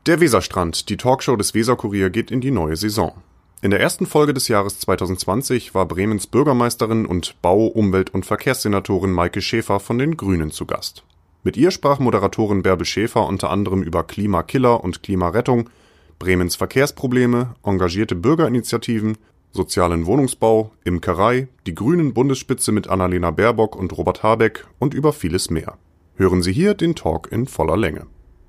Der Weserstrand, die Talkshow des Weserkurier, geht in die neue Saison. In der ersten Folge des Jahres 2020 war Bremens Bürgermeisterin und Bau-, Umwelt- und Verkehrssenatorin Maike Schäfer von den Grünen zu Gast. Mit ihr sprach Moderatorin Bärbel Schäfer unter anderem über Klimakiller und Klimarettung, Bremens Verkehrsprobleme, engagierte Bürgerinitiativen, sozialen Wohnungsbau, Imkerei, die Grünen-Bundesspitze mit Annalena Baerbock und Robert Habeck und über vieles mehr. Hören Sie hier den Talk in voller Länge.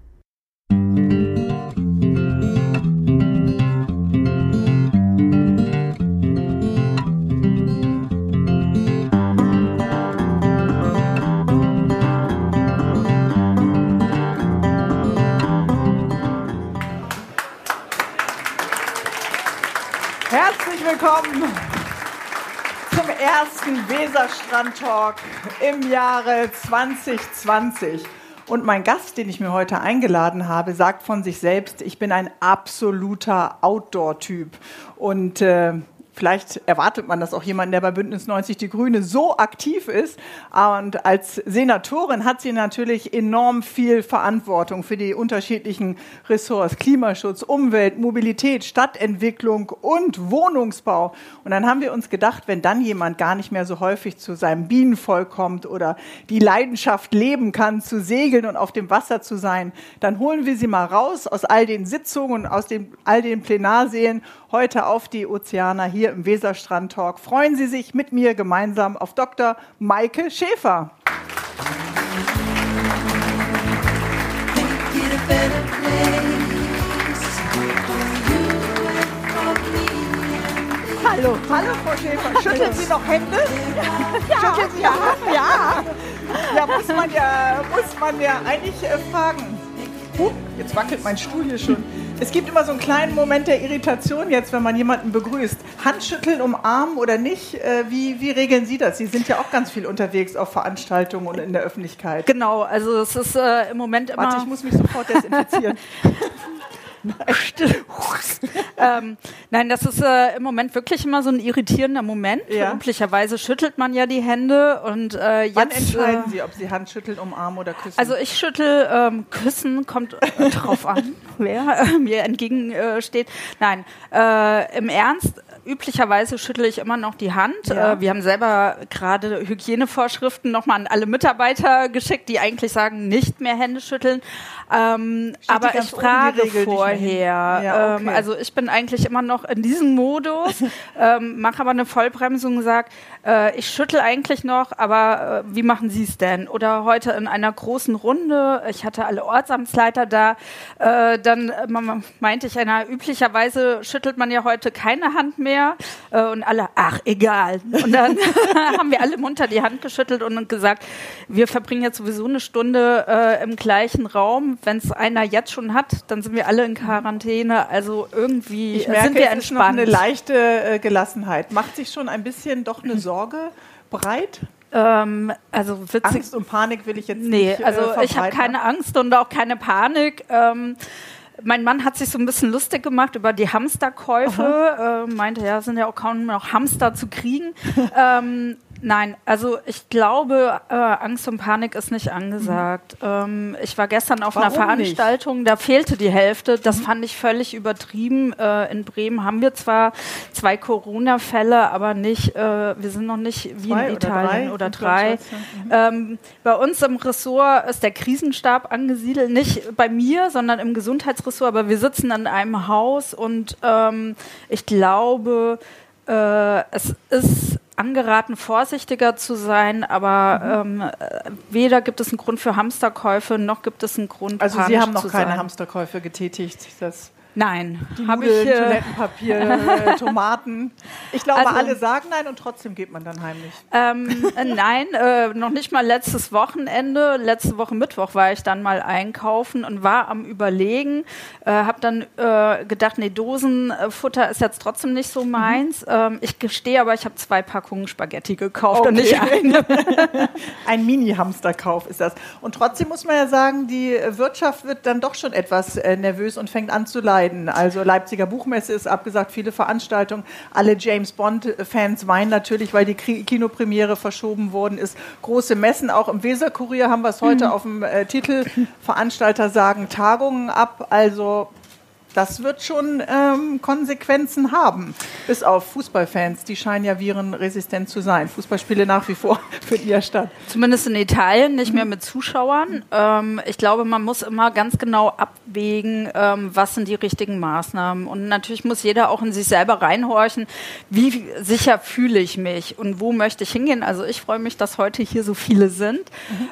Herzlich willkommen zum ersten Weserstrand-Talk im Jahre 2020. Und mein Gast, den ich mir heute eingeladen habe, sagt von sich selbst, ich bin ein absoluter Outdoor-Typ. Und vielleicht erwartet man das auch jemanden, der bei Bündnis 90 Die Grüne so aktiv ist. Und als Senatorin hat sie natürlich enorm viel Verantwortung für die unterschiedlichen Ressorts. Klimaschutz, Umwelt, Mobilität, Stadtentwicklung und Wohnungsbau. Und dann haben wir uns gedacht, wenn dann jemand gar nicht mehr so häufig zu seinem Bienenvolk kommt oder die Leidenschaft leben kann, zu segeln und auf dem Wasser zu sein, dann holen wir sie mal raus aus all den Sitzungen und aus all den Plenarsälen heute auf die Ozeaner hier im Weserstrand-Talk. Freuen Sie sich mit mir gemeinsam auf Dr. Maike Schäfer. Hallo, Frau Schäfer. Schütteln Sie noch Hände? Ja. Schütteln Sie noch Hände? Ja. Ja, muss man ja eigentlich fragen. Jetzt wackelt mein Stuhl hier schon. Es gibt immer so einen kleinen Moment der Irritation jetzt, wenn man jemanden begrüßt. Handschütteln, umarmen oder nicht? Wie regeln Sie das? Sie sind ja auch ganz viel unterwegs auf Veranstaltungen und in der Öffentlichkeit. Genau, also es ist im Moment immer... Warte, ich muss mich sofort desinfizieren. Nein, das ist im Moment wirklich immer so ein irritierender Moment. Ja. Üblicherweise schüttelt man ja die Hände und jetzt... Wann entscheiden Sie, ob Sie Handschütteln, umarmen oder küssen? Also ich schüttel, küssen kommt drauf an, wer mir entgegensteht. Nein, im Ernst, üblicherweise schüttle ich immer noch die Hand. Ja. Wir haben selber gerade Hygienevorschriften nochmal an alle Mitarbeiter geschickt, die eigentlich sagen, nicht mehr Hände schütteln. Aber ich frage vorher. Ja, okay. Also ich bin eigentlich immer noch in diesem Modus, mache aber eine Vollbremsung und sage, ich schüttel eigentlich noch, aber wie machen Sie es denn? Oder heute in einer großen Runde, ich hatte alle Ortsamtsleiter da, dann meinte ich üblicherweise schüttelt man ja heute keine Hand mehr und alle, ach egal. Und dann haben wir alle munter die Hand geschüttelt und gesagt, wir verbringen jetzt sowieso eine Stunde im gleichen Raum. Wenn es einer jetzt schon hat, dann sind wir alle in Quarantäne. Also irgendwie ich merke, sind wir es entspannt. ist noch eine leichte Gelassenheit. Macht sich schon ein bisschen doch eine Sorge breit? Also witzig. Angst und Panik will ich jetzt nicht Nee, also ich habe keine Angst und auch keine Panik. Mein Mann hat sich so ein bisschen lustig gemacht über die Hamsterkäufe. Meinte, ja, sind ja auch kaum noch Hamster zu kriegen. Nein, also ich glaube, Angst und Panik ist nicht angesagt. Ich war gestern auf einer Veranstaltung, da fehlte die Hälfte. Das fand ich völlig übertrieben. In Bremen haben wir zwar 2 Corona-Fälle, aber nicht, wir sind noch nicht wie in Italien oder 3. Bei uns im Ressort ist der Krisenstab angesiedelt, nicht bei mir, sondern im Gesundheitsressort, aber wir sitzen in einem Haus und ich glaube, es ist angeraten, vorsichtiger zu sein, aber weder gibt es einen Grund für Hamsterkäufe, noch gibt es einen Grund, also panisch Sie haben noch zu keine sein. Hamsterkäufe getätigt? Nein. Habe ich Toilettenpapier, Tomaten. Ich glaube, also, alle sagen nein und trotzdem geht man dann heimlich. Nein, noch nicht mal letztes Wochenende. Letzte Woche Mittwoch war ich dann mal einkaufen und war am Überlegen. Habe dann gedacht, nee, Dosenfutter ist jetzt trotzdem nicht so meins. Ich gestehe aber, ich habe 2 Packungen Spaghetti gekauft und nicht eine. Ein Mini-Hamsterkauf ist das. Und trotzdem muss man ja sagen, die Wirtschaft wird dann doch schon etwas nervös und fängt an zu leiden. leiden. Also Leipziger Buchmesse ist abgesagt, viele Veranstaltungen. Alle James-Bond-Fans weinen natürlich, weil die Kinopremiere verschoben worden ist. Große Messen, auch im Weser-Kurier haben wir es heute auf dem Titel. Veranstalter sagen Tagungen ab. Also das wird schon Konsequenzen haben. Bis auf Fußballfans, die scheinen ja virenresistent zu sein. Fußballspiele nach wie vor finden ja statt. Zumindest in Italien, nicht mehr mit Zuschauern. Ich glaube, man muss immer ganz genau abwägen, was sind die richtigen Maßnahmen. Und natürlich muss jeder auch in sich selber reinhorchen, wie sicher fühle ich mich und wo möchte ich hingehen. Also ich freue mich, dass heute hier so viele sind.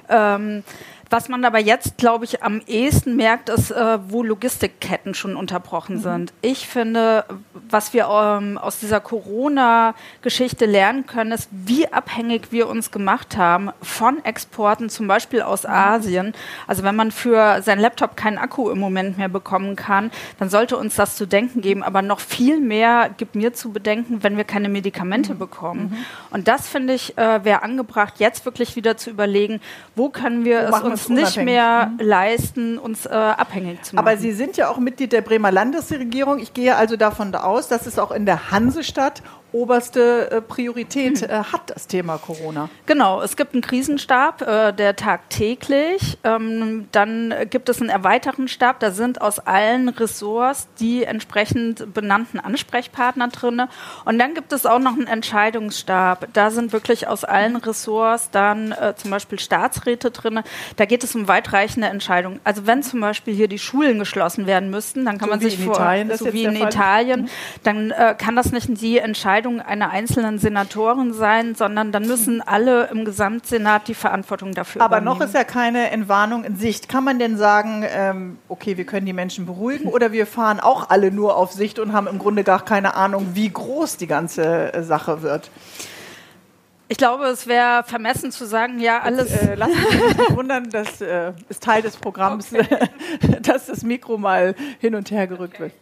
Was man aber jetzt, glaube ich, am ehesten merkt, ist, wo Logistikketten schon unterbrochen sind. Ich finde, was wir aus dieser Corona-Geschichte lernen können, ist, wie abhängig wir uns gemacht haben von Exporten, zum Beispiel aus Asien. Also wenn man für seinen Laptop keinen Akku im Moment mehr bekommen kann, dann sollte uns das zu denken geben. Aber noch viel mehr gibt mir zu bedenken, wenn wir keine Medikamente bekommen. Und das, finde ich, wäre angebracht, jetzt wirklich wieder zu überlegen, wo können wir es uns nicht mehr leisten, uns abhängig zu machen. Aber Sie sind ja auch Mitglied der Bremer Landesregierung. Ich gehe also davon aus, dass es auch in der Hansestadt oberste Priorität hat, das Thema Corona. Genau, es gibt einen Krisenstab, der tagtäglich. Dann gibt es einen erweiterten Stab, da sind aus allen Ressorts die entsprechend benannten Ansprechpartner drin. Und dann gibt es auch noch einen Entscheidungsstab. Da sind wirklich aus allen Ressorts dann zum Beispiel Staatsräte drin. Da geht es um weitreichende Entscheidungen. Also wenn zum Beispiel hier die Schulen geschlossen werden müssten, dann kann man sich vorstellen, so wie in Italien, dann kann das nicht die Entscheidung einer einzelnen Senatorin sein, sondern dann müssen alle im Gesamtsenat die Verantwortung dafür übernehmen. Aber noch ist ja keine Entwarnung in Sicht. Kann man denn sagen, okay, wir können die Menschen beruhigen oder wir fahren auch alle nur auf Sicht und haben im Grunde gar keine Ahnung, wie groß die ganze Sache wird? Ich glaube, es wäre vermessen zu sagen, ja, alles... Lassen Sie sich nicht wundern, das ist Teil des Programms, dass das Mikro mal hin und her gerückt wird.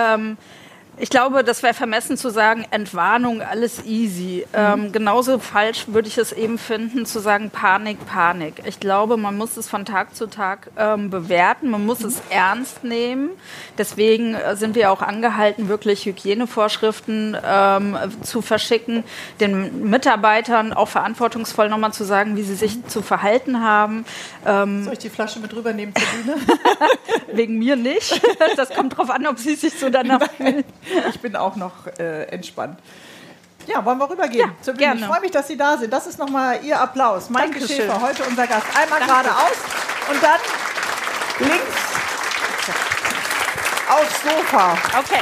Ich glaube, das wäre vermessen zu sagen, Entwarnung, alles easy. Genauso falsch würde ich es eben finden, zu sagen, Panik, Panik. Ich glaube, man muss es von Tag zu Tag bewerten, man muss es ernst nehmen. Deswegen sind wir auch angehalten, wirklich Hygienevorschriften zu verschicken, den Mitarbeitern auch verantwortungsvoll nochmal zu sagen, wie sie sich zu verhalten haben. Soll ich die Flasche mit rübernehmen zur Bühne? Wegen mir nicht. Das kommt drauf an, ob sie sich so danach fühlen. Ich bin auch noch entspannt. Ja, wollen wir rübergehen zur Bühne? Gerne. Ich freue mich, dass Sie da sind. Das ist nochmal Ihr Applaus. Maike Schäfer, heute unser Gast. Einmal geradeaus und dann links aufs Sofa. Okay.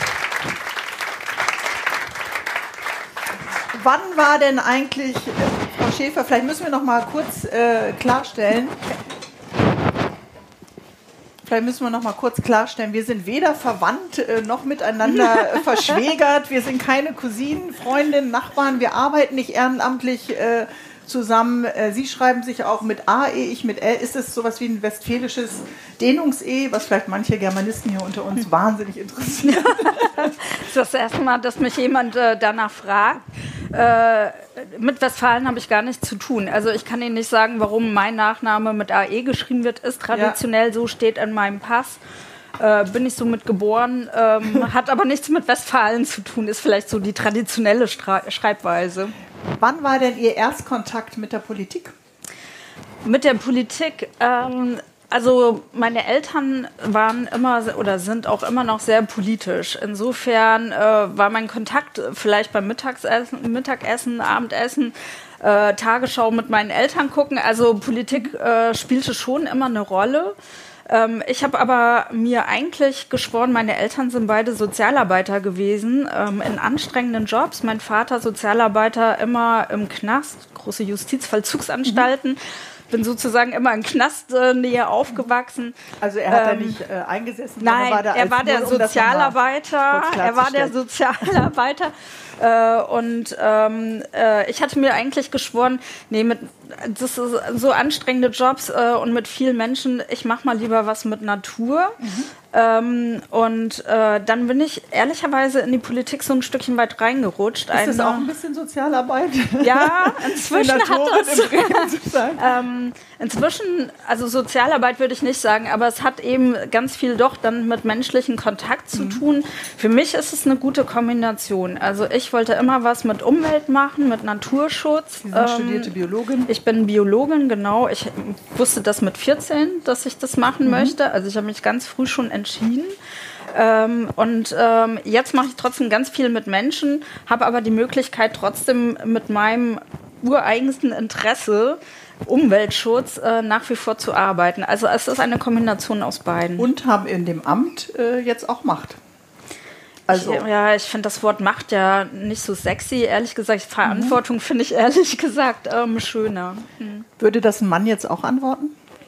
Wann war denn eigentlich, Frau Schäfer, vielleicht müssen wir noch mal kurz klarstellen, wir sind weder verwandt noch miteinander verschwägert. Wir sind keine Cousinen, Freundinnen, Nachbarn. Wir arbeiten nicht ehrenamtlich zusammen. Sie schreiben sich auch mit AE, ich mit L. Ist es sowas wie ein westfälisches Dehnungs-E, was vielleicht manche Germanisten hier unter uns wahnsinnig interessiert? Das ist das erste Mal, dass mich jemand danach fragt. Mit Westfalen habe ich gar nichts zu tun. Also ich kann Ihnen nicht sagen, warum mein Nachname mit AE geschrieben wird. Ist traditionell so, steht in meinem Pass. Bin ich so mit geboren, hat aber nichts mit Westfalen zu tun. Ist vielleicht so die traditionelle Schreibweise. Wann war denn Ihr Erstkontakt mit der Politik? Mit der Politik, also meine Eltern waren immer oder sind auch immer noch sehr politisch. Insofern war mein Kontakt vielleicht beim Mittagessen, Abendessen, Tagesschau mit meinen Eltern gucken. Also Politik spielte schon immer eine Rolle. Ich habe aber mir eigentlich geschworen, meine Eltern sind beide Sozialarbeiter gewesen, in anstrengenden Jobs. Mein Vater Sozialarbeiter immer im Knast, große Justizvollzugsanstalten. Bin sozusagen immer in Knastnähe aufgewachsen. Also er hat da nicht eingesessen? Nein, er war der Sozialarbeiter. Und ich hatte mir eigentlich geschworen, das ist so anstrengende Jobs und mit vielen Menschen, ich mache mal lieber was mit Natur. Dann bin ich ehrlicherweise in die Politik so ein Stückchen weit reingerutscht. Ist das auch ein bisschen Sozialarbeit? Ja, inzwischen hat inzwischen, also Sozialarbeit würde ich nicht sagen, aber es hat eben ganz viel doch dann mit menschlichem Kontakt zu tun. Für mich ist es eine gute Kombination. Also ich wollte immer was mit Umwelt machen, mit Naturschutz. Sie sind studierte Biologin? Ich bin Biologin, genau. Ich wusste das mit 14, dass ich das machen möchte. Also ich habe mich ganz früh schon entschieden. Jetzt mache ich trotzdem ganz viel mit Menschen, habe aber die Möglichkeit trotzdem mit meinem ureigensten Interesse Umweltschutz nach wie vor zu arbeiten. Also es ist eine Kombination aus beiden. Und haben in dem Amt jetzt auch Macht. Also. Ich finde das Wort Macht ja nicht so sexy, ehrlich gesagt. Verantwortung finde ich ehrlich gesagt schöner. Würde das ein Mann jetzt auch antworten?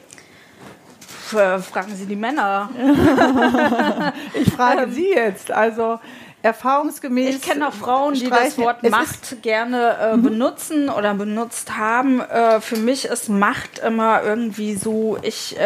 Fragen Sie die Männer. Ich frage Sie jetzt. Also erfahrungsgemäß. Ich kenne auch Frauen, die das Wort Macht gerne benutzen oder benutzt haben. Für mich ist Macht immer irgendwie so, ich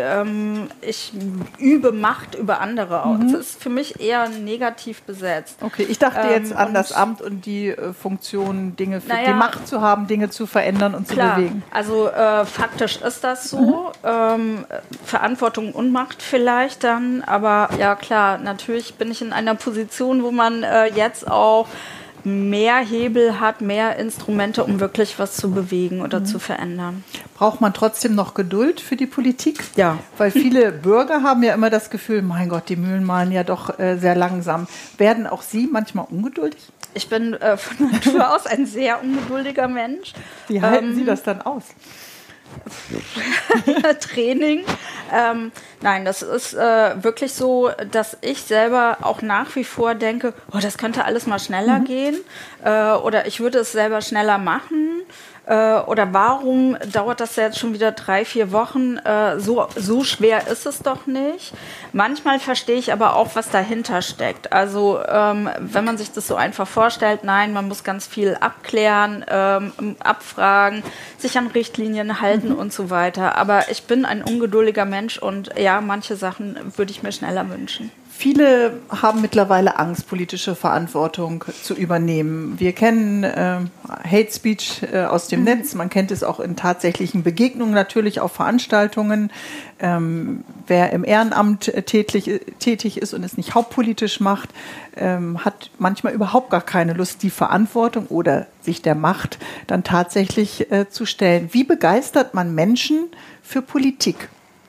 übe Macht über andere aus. Das ist für mich eher negativ besetzt. Okay, ich dachte jetzt an das Amt und die Funktion, die Macht zu haben, Dinge zu verändern und klar, zu bewegen. Also faktisch ist das so. Verantwortung und Macht vielleicht dann. Aber ja klar, natürlich bin ich in einer Position, wo man jetzt auch mehr Hebel hat, mehr Instrumente, um wirklich was zu bewegen oder zu verändern. Braucht man trotzdem noch Geduld für die Politik? Ja. Weil viele Bürger haben ja immer das Gefühl, mein Gott, die Mühlen mahlen ja doch sehr langsam. Werden auch Sie manchmal ungeduldig? Ich bin von Natur aus ein sehr ungeduldiger Mensch. Wie halten Sie das dann aus? Training. Nein, das ist wirklich so, dass ich selber auch nach wie vor denke, das könnte alles mal schneller gehen oder ich würde es selber schneller machen. Oder warum dauert das jetzt schon wieder 3-4 Wochen? So schwer ist es doch nicht. Manchmal verstehe ich aber auch, was dahinter steckt. Also wenn man sich das so einfach vorstellt, nein, man muss ganz viel abklären, abfragen, sich an Richtlinien halten und so weiter. Aber ich bin ein ungeduldiger Mensch und ja, manche Sachen würde ich mir schneller wünschen. Viele haben mittlerweile Angst, politische Verantwortung zu übernehmen. Wir kennen Hate Speech aus dem Netz, man kennt es auch in tatsächlichen Begegnungen, natürlich auf Veranstaltungen. Wer im Ehrenamt tätig ist und es nicht hauptpolitisch macht, hat manchmal überhaupt gar keine Lust, die Verantwortung oder sich der Macht dann tatsächlich zu stellen. Wie begeistert man Menschen für Politik?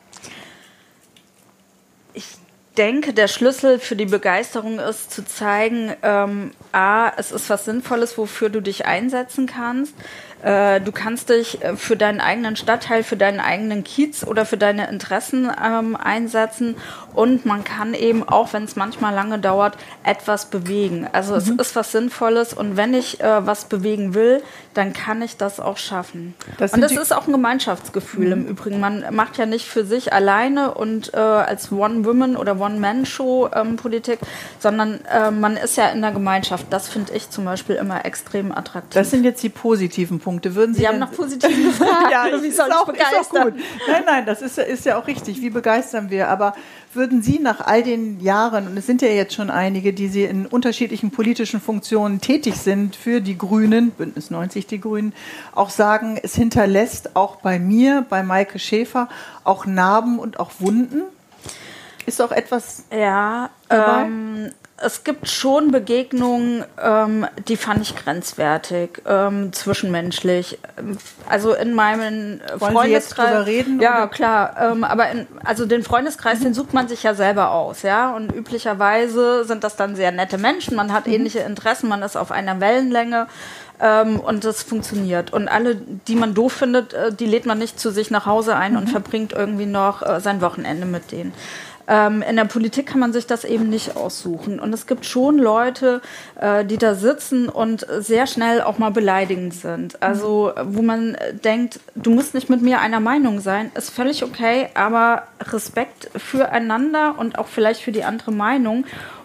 Ich denke, der Schlüssel für die Begeisterung ist zu zeigen, es ist was Sinnvolles, wofür du dich einsetzen kannst. Du kannst dich für deinen eigenen Stadtteil, für deinen eigenen Kiez oder für deine Interessen einsetzen und man kann eben, auch wenn es manchmal lange dauert, etwas bewegen. Also es ist was Sinnvolles und wenn ich was bewegen will, dann kann ich das auch schaffen. Und das ist auch ein Gemeinschaftsgefühl im Übrigen. Man macht ja nicht für sich alleine und als One-Woman- oder One-Man-Show Politik, sondern man ist ja in der Gemeinschaft. Das finde ich zum Beispiel immer extrem attraktiv. Das sind jetzt die positiven Punkte. Würden Sie haben nach positiven gefragt. Ja, wie soll ich begeistern? Ist auch gut. Nein, das ist ja auch richtig. Wie begeistern wir? Aber würden Sie nach all den Jahren, und es sind ja jetzt schon einige, die Sie in unterschiedlichen politischen Funktionen tätig sind für die Grünen, Bündnis 90 die Grünen, auch sagen, es hinterlässt auch bei mir, bei Maike Schäfer, auch Narben und auch Wunden? Ist auch etwas dabei? Es gibt schon Begegnungen, die fand ich grenzwertig, zwischenmenschlich. Also in meinem Freundeskreis. Wollen Sie jetzt drüber reden? Ja, oder? klar. Aber den Freundeskreis, den sucht man sich ja selber aus, ja. Und üblicherweise sind das dann sehr nette Menschen. Man hat ähnliche Interessen, man ist auf einer Wellenlänge. Und das funktioniert. Und alle, die man doof findet, die lädt man nicht zu sich nach Hause ein und verbringt irgendwie noch sein Wochenende mit denen. In der Politik kann man sich das eben nicht aussuchen. Und es gibt schon Leute, die da sitzen und sehr schnell auch mal beleidigend sind. Also wo man denkt, du musst nicht mit mir einer Meinung sein, ist völlig okay, aber Respekt füreinander und auch vielleicht für die andere Meinung.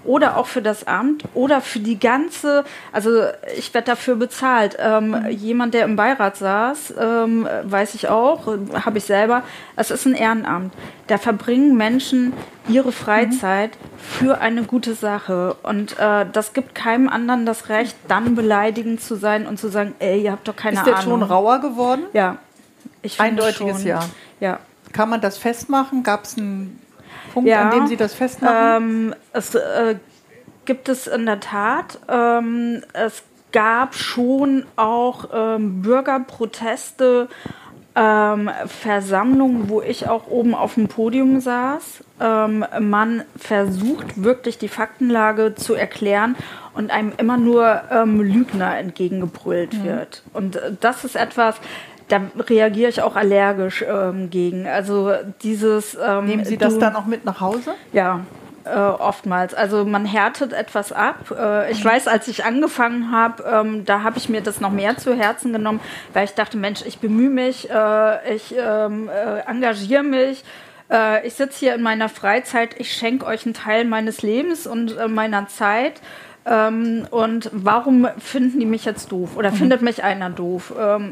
oder auch für das Amt oder für die ganze, also ich werde dafür bezahlt. Jemand, der im Beirat saß, weiß ich auch, habe ich selber, es ist ein Ehrenamt. Da verbringen Menschen ihre Freizeit für eine gute Sache. Und das gibt keinem anderen das Recht, dann beleidigend zu sein und zu sagen, ey, ihr habt doch keine Ahnung. Ist der Ton rauer geworden? Ja. Ich finde Eindeutiges schon. Ja. Ja. Kann man das festmachen? Gab es einen Punkt, an dem Sie das festmachen? Es gibt es in der Tat. Es gab schon auch Bürgerproteste, Versammlungen, wo ich auch oben auf dem Podium saß. Man versucht wirklich die Faktenlage zu erklären und einem immer nur Lügner entgegengebrüllt wird. Und das ist etwas, da reagiere ich auch allergisch gegen. Also dieses... Nehmen Sie das dann auch mit nach Hause? Ja, oftmals. Also man härtet etwas ab. Ich weiß, als ich angefangen habe, da habe ich mir das noch mehr zu Herzen genommen, weil ich dachte, Mensch, ich bemühe mich, ich engagiere mich. Ich sitze hier in meiner Freizeit, ich schenke euch einen Teil meines Lebens und meiner Zeit. Und warum finden die mich jetzt doof? Oder findet mich einer doof?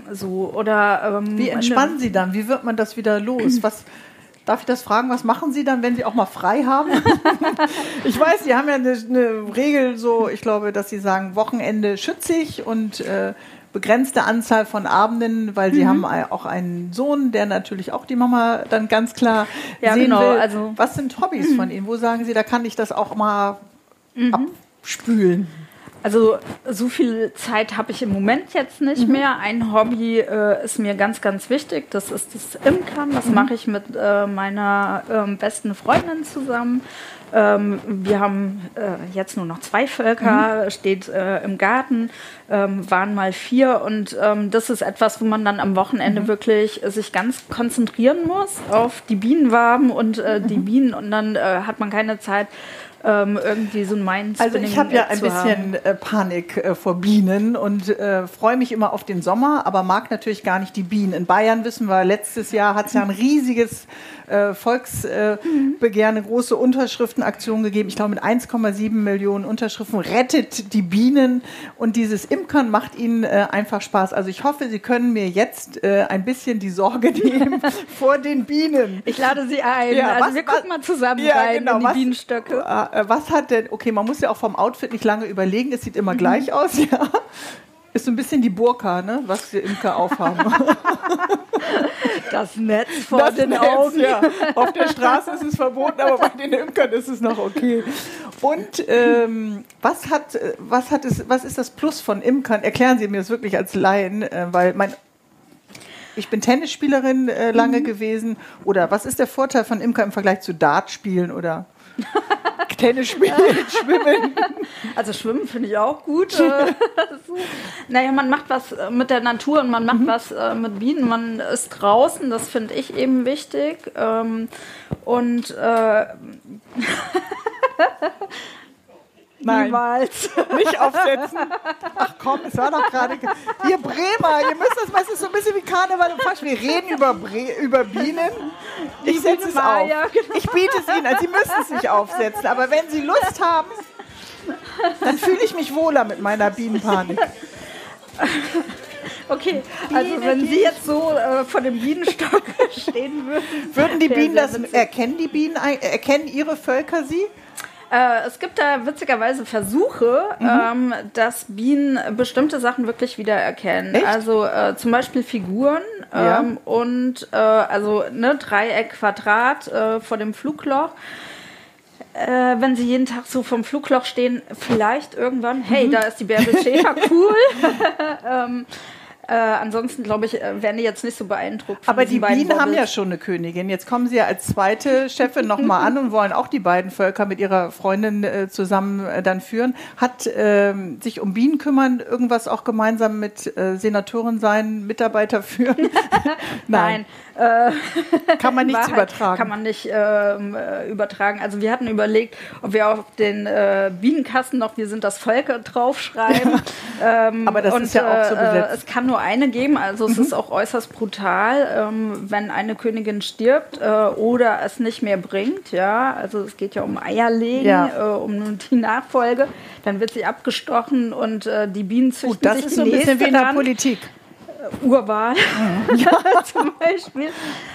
Wie entspannen Sie dann? Wie wird man das wieder los? Darf ich das fragen, was machen Sie dann, wenn Sie auch mal frei haben? Ich weiß, Sie haben ja eine Regel so, ich glaube, dass Sie sagen, Wochenende schützig und begrenzte Anzahl von Abenden, weil Sie haben auch einen Sohn, der natürlich auch die Mama dann ganz klar sehen will. Also, was sind Hobbys von Ihnen? Wo sagen Sie, da kann ich das auch mal abspülen? Also so viel Zeit habe ich im Moment jetzt nicht mehr. Ein Hobby ist mir ganz, ganz wichtig. Das ist das Imkern. Das mache ich mit meiner besten Freundin zusammen. Wir haben jetzt nur noch 2 Völker, steht im Garten, waren mal 4. Und das ist etwas, wo man dann am Wochenende wirklich sich ganz konzentrieren muss auf die Bienenwaben und die Bienen. Und dann hat man keine Zeit, irgendwie so ein Mindspinning. Also ich habe ja ein bisschen Panik vor Bienen und freue mich immer auf den Sommer, aber mag natürlich gar nicht die Bienen. In Bayern wissen wir, letztes Jahr hat es ja ein riesiges Volksbegehren, eine große Unterschriftenaktion gegeben. Ich glaube mit 1,7 Millionen Unterschriften rettet die Bienen und dieses Imkern macht Ihnen einfach Spaß. Also ich hoffe, Sie können mir jetzt ein bisschen die Sorge nehmen vor den Bienen. Ich lade Sie ein. Ja, also wir gucken mal zusammen rein in die Bienenstöcke. Was hat denn, okay, man muss ja auch vom Outfit nicht lange überlegen, es sieht immer gleich aus, ja. Ist so ein bisschen die Burka, ne, was die Imker aufhaben. Das Netz vor den Augen. Ja. Auf der Straße ist es verboten, aber bei den Imkern ist es noch okay. Und was ist das Plus von Imkern? Erklären Sie mir das wirklich als Laien, weil ich bin Tennisspielerin lange gewesen. Oder was ist der Vorteil von Imker im Vergleich zu Dartspielen oder Tennis spielen, Schwimmen? Also Schwimmen finde ich auch gut. Naja, man macht was mit der Natur und man macht was mit Bienen. Man ist draußen, das finde ich eben wichtig. Nein, niemals. Nicht aufsetzen. Ach komm, es war doch gerade... Ihr Bremer, ihr müsst das mal, es ist so ein bisschen wie Karneval und Fasch. Wir reden über Bienen. Ich setze es auf. Ja, genau. Ich biete es Ihnen an. Sie müssen es nicht aufsetzen. Aber wenn Sie Lust haben, dann fühle ich mich wohler mit meiner Bienenpanik. Okay, also wenn Sie jetzt so vor dem Bienenstock stehen würden... Würden die Bienen das... Erkennen Ihre Völker Sie? Es gibt da witzigerweise Versuche, dass Bienen bestimmte Sachen wirklich wiedererkennen. Echt? Also zum Beispiel Figuren und Dreieck, Quadrat vor dem Flugloch. Wenn Sie jeden Tag so vom Flugloch stehen, vielleicht irgendwann, hey, da ist die Bärbel Schäfer, cool. Ansonsten, glaube ich, werden die jetzt nicht so beeindruckt. Aber die Bienen haben ja schon eine Königin. Jetzt kommen sie ja als zweite Chefin nochmal an und wollen auch die beiden Völker mit ihrer Freundin zusammen dann führen. Hat sich um Bienen kümmern, irgendwas auch gemeinsam mit Senatorin sein, Mitarbeiter führen? Nein. Kann man nichts übertragen. Kann man nicht übertragen. Also wir hatten überlegt, ob wir auf den Bienenkasten noch "Wir sind das Volk" draufschreiben. Aber das ist ja auch so besetzt. Es kann nur nur eine geben, also es ist auch äußerst brutal, wenn eine Königin stirbt oder es nicht mehr bringt, ja, also es geht ja um Eierlegen, um die Nachfolge, dann wird sie abgestochen und die Bienen züchten das sich ist so ein bisschen wie in der Politik. Urwahl zum Beispiel.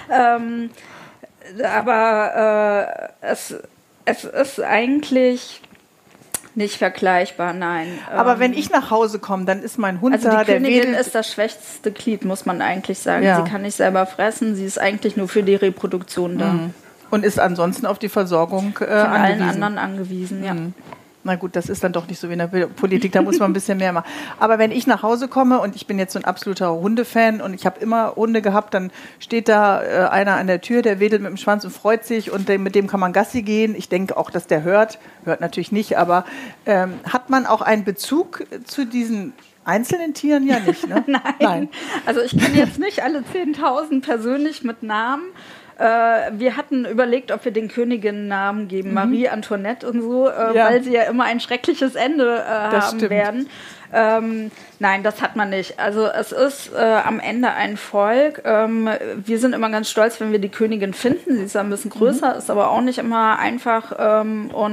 Aber es ist eigentlich nicht vergleichbar, nein. Aber wenn ich nach Hause komme, dann ist mein Hund also da, die Königin wedelt. ist das schwächste Glied, muss man eigentlich sagen. Ja. Sie kann nicht selber fressen, sie ist eigentlich nur für die Reproduktion da. Und ist ansonsten auf die Versorgung Von angewiesen. allen anderen angewiesen, ja. Na gut, das ist dann doch nicht so wie in der Politik, da muss man ein bisschen mehr machen. Aber wenn ich nach Hause komme und ich bin jetzt so ein absoluter Hundefan und ich habe immer Hunde gehabt, dann steht da einer an der Tür, der wedelt mit dem Schwanz und freut sich und mit dem kann man Gassi gehen. Ich denke auch, dass der hört natürlich nicht, aber hat man auch einen Bezug zu diesen einzelnen Tieren? Ja nicht, ne? Nein. Also ich kenne jetzt nicht alle 10.000 persönlich mit Namen. Wir hatten überlegt, ob wir den Königinnen Namen geben, Marie Antoinette und so, weil sie ja immer ein schreckliches Ende haben werden. Nein, das hat man nicht. Also es ist am Ende ein Volk. Wir sind immer ganz stolz, wenn wir die Königin finden. Sie ist ein bisschen größer, ist aber auch nicht immer einfach.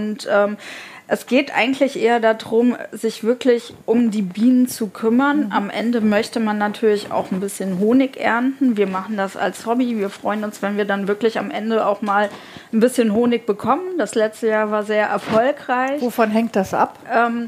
Es geht eigentlich eher darum, sich wirklich um die Bienen zu kümmern. Am Ende möchte man natürlich auch ein bisschen Honig ernten. Wir machen das als Hobby. Wir freuen uns, wenn wir dann wirklich am Ende auch mal ein bisschen Honig bekommen. Das letzte Jahr war sehr erfolgreich. Wovon hängt das ab?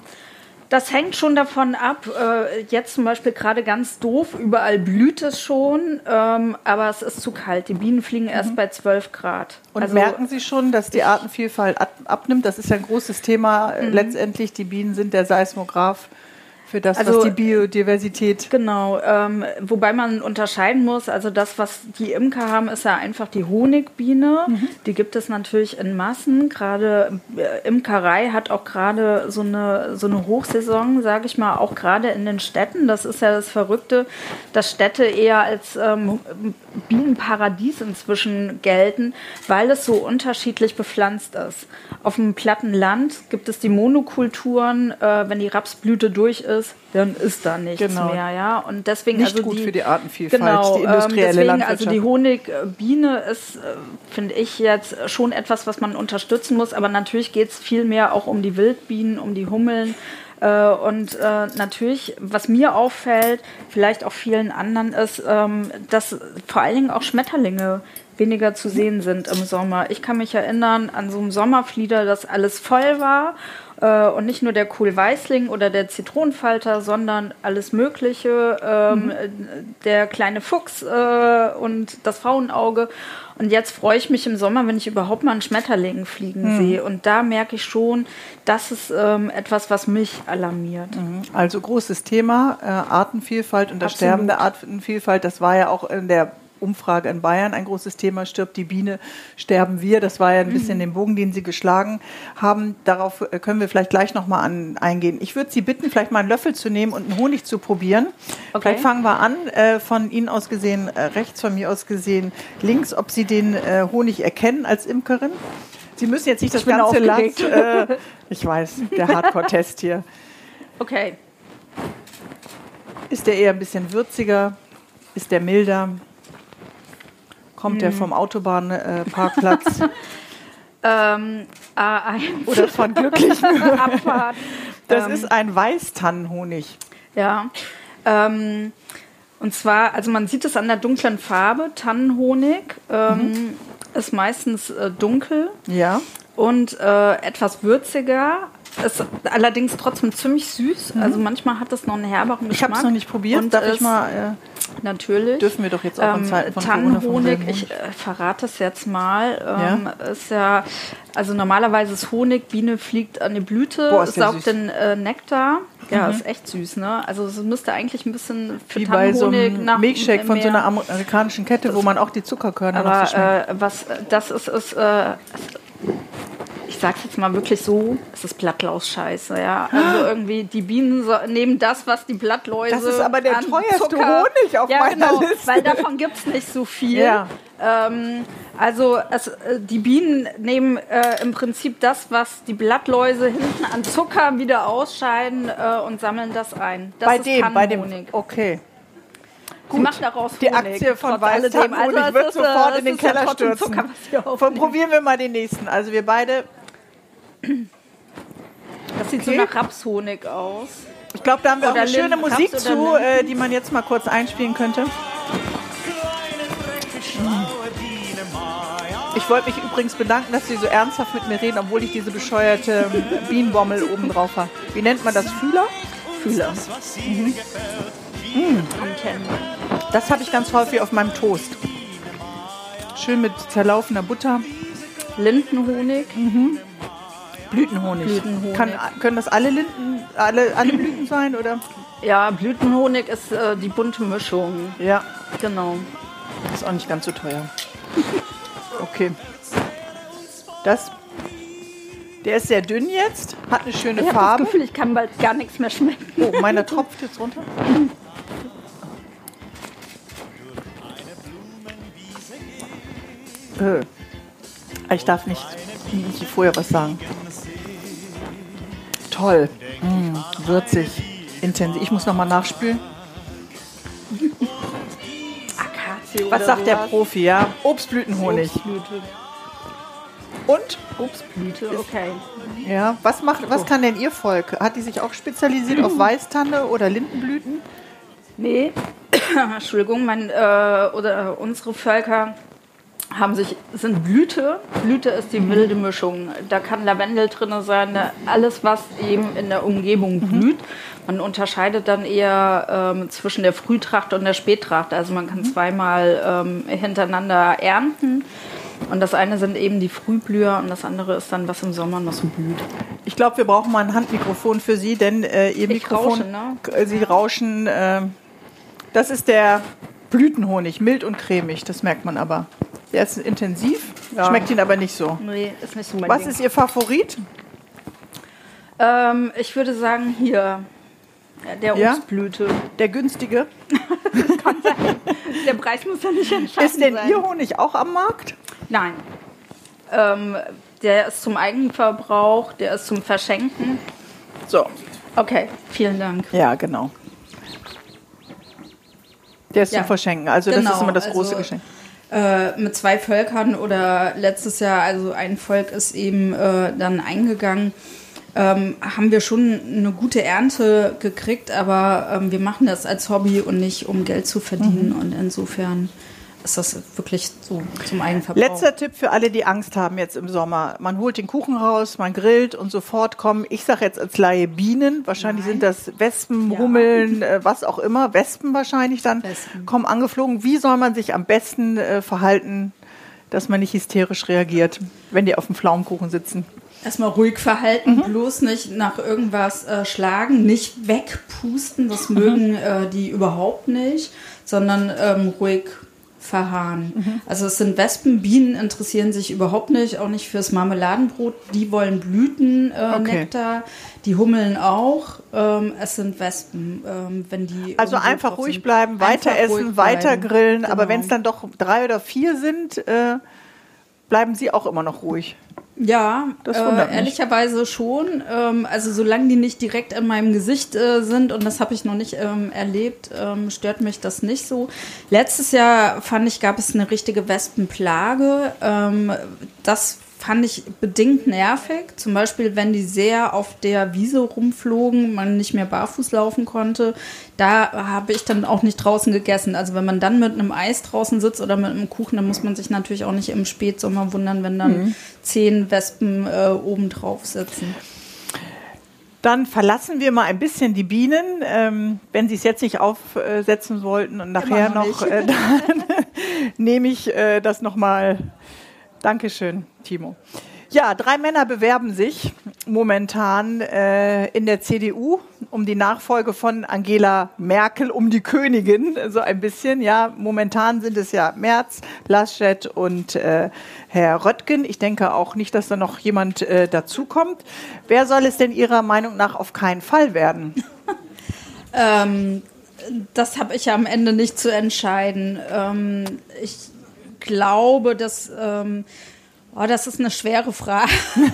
Das hängt schon davon ab. Jetzt zum Beispiel gerade ganz doof, überall blüht es schon, aber es ist zu kalt. Die Bienen fliegen erst bei 12 Grad. Und also, merken Sie schon, dass die Artenvielfalt abnimmt? Das ist ja ein großes Thema. Letztendlich, die Bienen sind der Seismograph für das, was die Biodiversität... Genau, wobei man unterscheiden muss, also das, was die Imker haben, ist ja einfach die Honigbiene. Die gibt es natürlich in Massen. Gerade Imkerei hat auch gerade so eine Hochsaison, sage ich mal, auch gerade in den Städten. Das ist ja das Verrückte, dass Städte eher als Bienenparadies inzwischen gelten, weil es so unterschiedlich bepflanzt ist. Auf dem platten Land gibt es die Monokulturen, wenn die Rapsblüte durch ist, dann ist da nichts mehr, ja. Und deswegen nicht gut für die Artenvielfalt, die industrielle Landwirtschaft. Also die Honigbiene ist, finde ich jetzt schon etwas, was man unterstützen muss. Aber natürlich geht es viel mehr auch um die Wildbienen, um die Hummeln. Und natürlich, was mir auffällt, vielleicht auch vielen anderen, ist, dass vor allen Dingen auch Schmetterlinge weniger zu sehen sind im Sommer. Ich kann mich erinnern an so einen Sommerflieder, dass alles voll war. Und nicht nur der Kohlweißling oder der Zitronenfalter, sondern alles Mögliche, der kleine Fuchs und das Faunauge. Und jetzt freue ich mich im Sommer, wenn ich überhaupt mal einen Schmetterling fliegen sehe. Und da merke ich schon, das ist etwas, was mich alarmiert. Also großes Thema, Artenvielfalt und das Sterben der Artenvielfalt. Das war ja auch in der Umfrage in Bayern ein großes Thema. Stirbt die Biene, sterben wir. Das war ja ein bisschen den Bogen, den Sie geschlagen haben. Darauf können wir vielleicht gleich nochmal eingehen. Ich würde Sie bitten, vielleicht mal einen Löffel zu nehmen und einen Honig zu probieren. Okay. Vielleicht fangen wir an, von Ihnen aus gesehen rechts, von mir aus gesehen links, ob Sie den Honig erkennen als Imkerin. Sie müssen jetzt nicht das ganze Land... ich weiß, der Hardcore-Test hier. Okay. Ist der eher ein bisschen würziger? Ist der milder? Kommt der vom Autobahnparkplatz? A1. Oder von glücklichen Abfahrt. Das ist ein Weißtannenhonig. Ja. Und zwar, also man sieht es an der dunklen Farbe. Tannenhonig ist meistens dunkel. Ja. Und etwas würziger. Ist allerdings trotzdem ziemlich süß. Also manchmal hat es noch einen herberen Geschmack. Ich habe es noch nicht probiert. Und darf ich mal... Natürlich. Dürfen wir doch jetzt auch in Zeiten von Tannenhonig, ich verrate es jetzt mal, ist ja, also normalerweise ist Honig, Biene fliegt an die Blüte, saugt den Nektar. Ja, ist echt süß, ne? Also es müsste eigentlich ein bisschen für wie Tannenhonig bei so einem nach Milchshake von so einer amerikanischen Kette, wo man auch die Zuckerkörner noch so schmeckt. Was das ist ich sag's jetzt mal wirklich so, es ist Blattlaus-Scheiße, ja. Also irgendwie, die Bienen nehmen das, was die Blattläuse. Das ist aber der teuerste Zucker, Honig auf meiner Liste. Weil davon gibt's nicht so viel. Ja. Die Bienen nehmen im Prinzip das, was die Blattläuse hinten an Zucker wieder ausscheiden und sammeln das ein. Das ist bei dem, Tannenhonig. Okay. Sie macht daraus die Honig, Aktie von trotz alledem. Weißtangenhonig Also wird es ist, sofort es in den ist ja Keller trotzdem stürzen. Zucker, was wir aufnehmen. Probieren wir mal den nächsten. Also wir beide, Das sieht so nach Rapshonig aus. ich glaube, da haben wir auch Oder eine schöne Lindenraps Musik oder zu, die man jetzt mal kurz einspielen könnte. Ich wollte mich übrigens bedanken, dass Sie so ernsthaft mit mir reden, obwohl ich diese bescheuerte Bienenbommel oben drauf habe. Wie nennt man das? Fühler? Fühler. Antennen. Das habe ich ganz häufig auf meinem Toast. Schön mit zerlaufener Butter. Lindenhonig. Blütenhonig. Blütenhonig. Können das alle Blüten sein, oder? Ja, Blütenhonig ist die bunte Mischung. Ja, Genau. ist auch nicht ganz so teuer. Okay. Der ist sehr dünn jetzt, hat eine schöne Ich habe Farbe. das Gefühl, ich kann bald gar nichts mehr schmecken. Oh, meiner tropft jetzt runter. Ich darf nicht vorher was sagen. Toll. Würzig. Intensiv. Ich muss nochmal nachspülen. Akazie Was oder sagt der sowas. Profi, ja? Obstblütenhonig. Obstblüte. Und? Obstblüte, okay. Ja. Was kann denn Ihr Volk? Hat die sich auch spezialisiert auf Weißtanne oder Lindenblüten? Nee, Entschuldigung, unsere Völker sind Blüte. Blüte ist die wilde Mischung. Da kann Lavendel drin sein, alles, was eben in der Umgebung blüht. Man unterscheidet dann eher zwischen der Frühtracht und der Spättracht. Also man kann zweimal hintereinander ernten. Und das eine sind eben die Frühblüher und das andere ist dann, was im Sommer noch so blüht. Ich glaube, wir brauchen mal ein Handmikrofon für Sie, denn Ihr Mikrofon, rausche, ne? Sie rauschen. Das ist der Blütenhonig, mild und cremig, das merkt man aber. Der ist intensiv, schmeckt Ihnen aber nicht so. Nee, ist nicht so mein Was Ding. ist Ihr Favorit? Ich würde sagen, hier, der Ja? Obstblüte. Der günstige? Der Preis muss ja nicht entscheidend Ist denn sein. Ihr Honig auch am Markt? Nein. Der ist zum Eigenverbrauch, der ist zum Verschenken. So. Okay, vielen Dank. Ja, genau. Der ist Ja. zum Verschenken, also das Genau, ist immer das große also, Geschenk. Mit 2 Völkern oder letztes Jahr, also ein Volk ist eben dann eingegangen, haben wir schon eine gute Ernte gekriegt, aber wir machen das als Hobby und nicht um Geld zu verdienen und insofern ist das wirklich so zum Eigenverbrauch. Letzter Tipp für alle, die Angst haben jetzt im Sommer. Man holt den Kuchen raus, man grillt und sofort kommen, ich sage jetzt als Laie Bienen, wahrscheinlich sind das Wespen, Ja. Hummeln, was auch immer, Wespen wahrscheinlich dann, Wespen. kommen angeflogen. Wie soll man sich am besten verhalten, dass man nicht hysterisch reagiert, wenn die auf dem Pflaumenkuchen sitzen? Erstmal ruhig verhalten, bloß nicht nach irgendwas schlagen, nicht wegpusten, das mögen die überhaupt nicht, sondern ruhig verharren. Also es sind Wespen, Bienen interessieren sich überhaupt nicht, auch nicht fürs Marmeladenbrot, die wollen Blütennektar, die Hummeln auch, es sind Wespen, wenn die Also irgendwo einfach drauf ruhig sind. bleiben, weiter Einfach essen, ruhig weiter bleiben. grillen, aber Genau. wenn es dann doch 3 oder 4 sind, bleiben Sie auch immer noch ruhig. Ja, Das wundert mich. ehrlicherweise schon. Also solange die nicht direkt in meinem Gesicht sind, und das habe ich noch nicht erlebt, stört mich das nicht so. Letztes Jahr fand ich, gab es eine richtige Wespenplage. Das fand ich bedingt nervig. Zum Beispiel, wenn die sehr auf der Wiese rumflogen, man nicht mehr barfuß laufen konnte. Da habe ich dann auch nicht draußen gegessen. Also wenn man dann mit einem Eis draußen sitzt oder mit einem Kuchen, dann muss man sich natürlich auch nicht im Spätsommer wundern, wenn dann 10 Wespen oben drauf sitzen. Dann verlassen wir mal ein bisschen die Bienen, wenn Sie es jetzt nicht aufsetzen wollten und nachher Immer noch noch, dann nehme ich das nochmal. Dankeschön, Timo. Ja, 3 Männer bewerben sich momentan in der CDU um die Nachfolge von Angela Merkel, um die Königin, so ein bisschen. Ja, momentan sind es ja Merz, Laschet und Herr Röttgen. Ich denke auch nicht, dass da noch jemand dazukommt. Wer soll es denn Ihrer Meinung nach auf keinen Fall werden? Das habe ich ja am Ende nicht zu entscheiden. Ich glaube, dass das ist eine schwere Frage.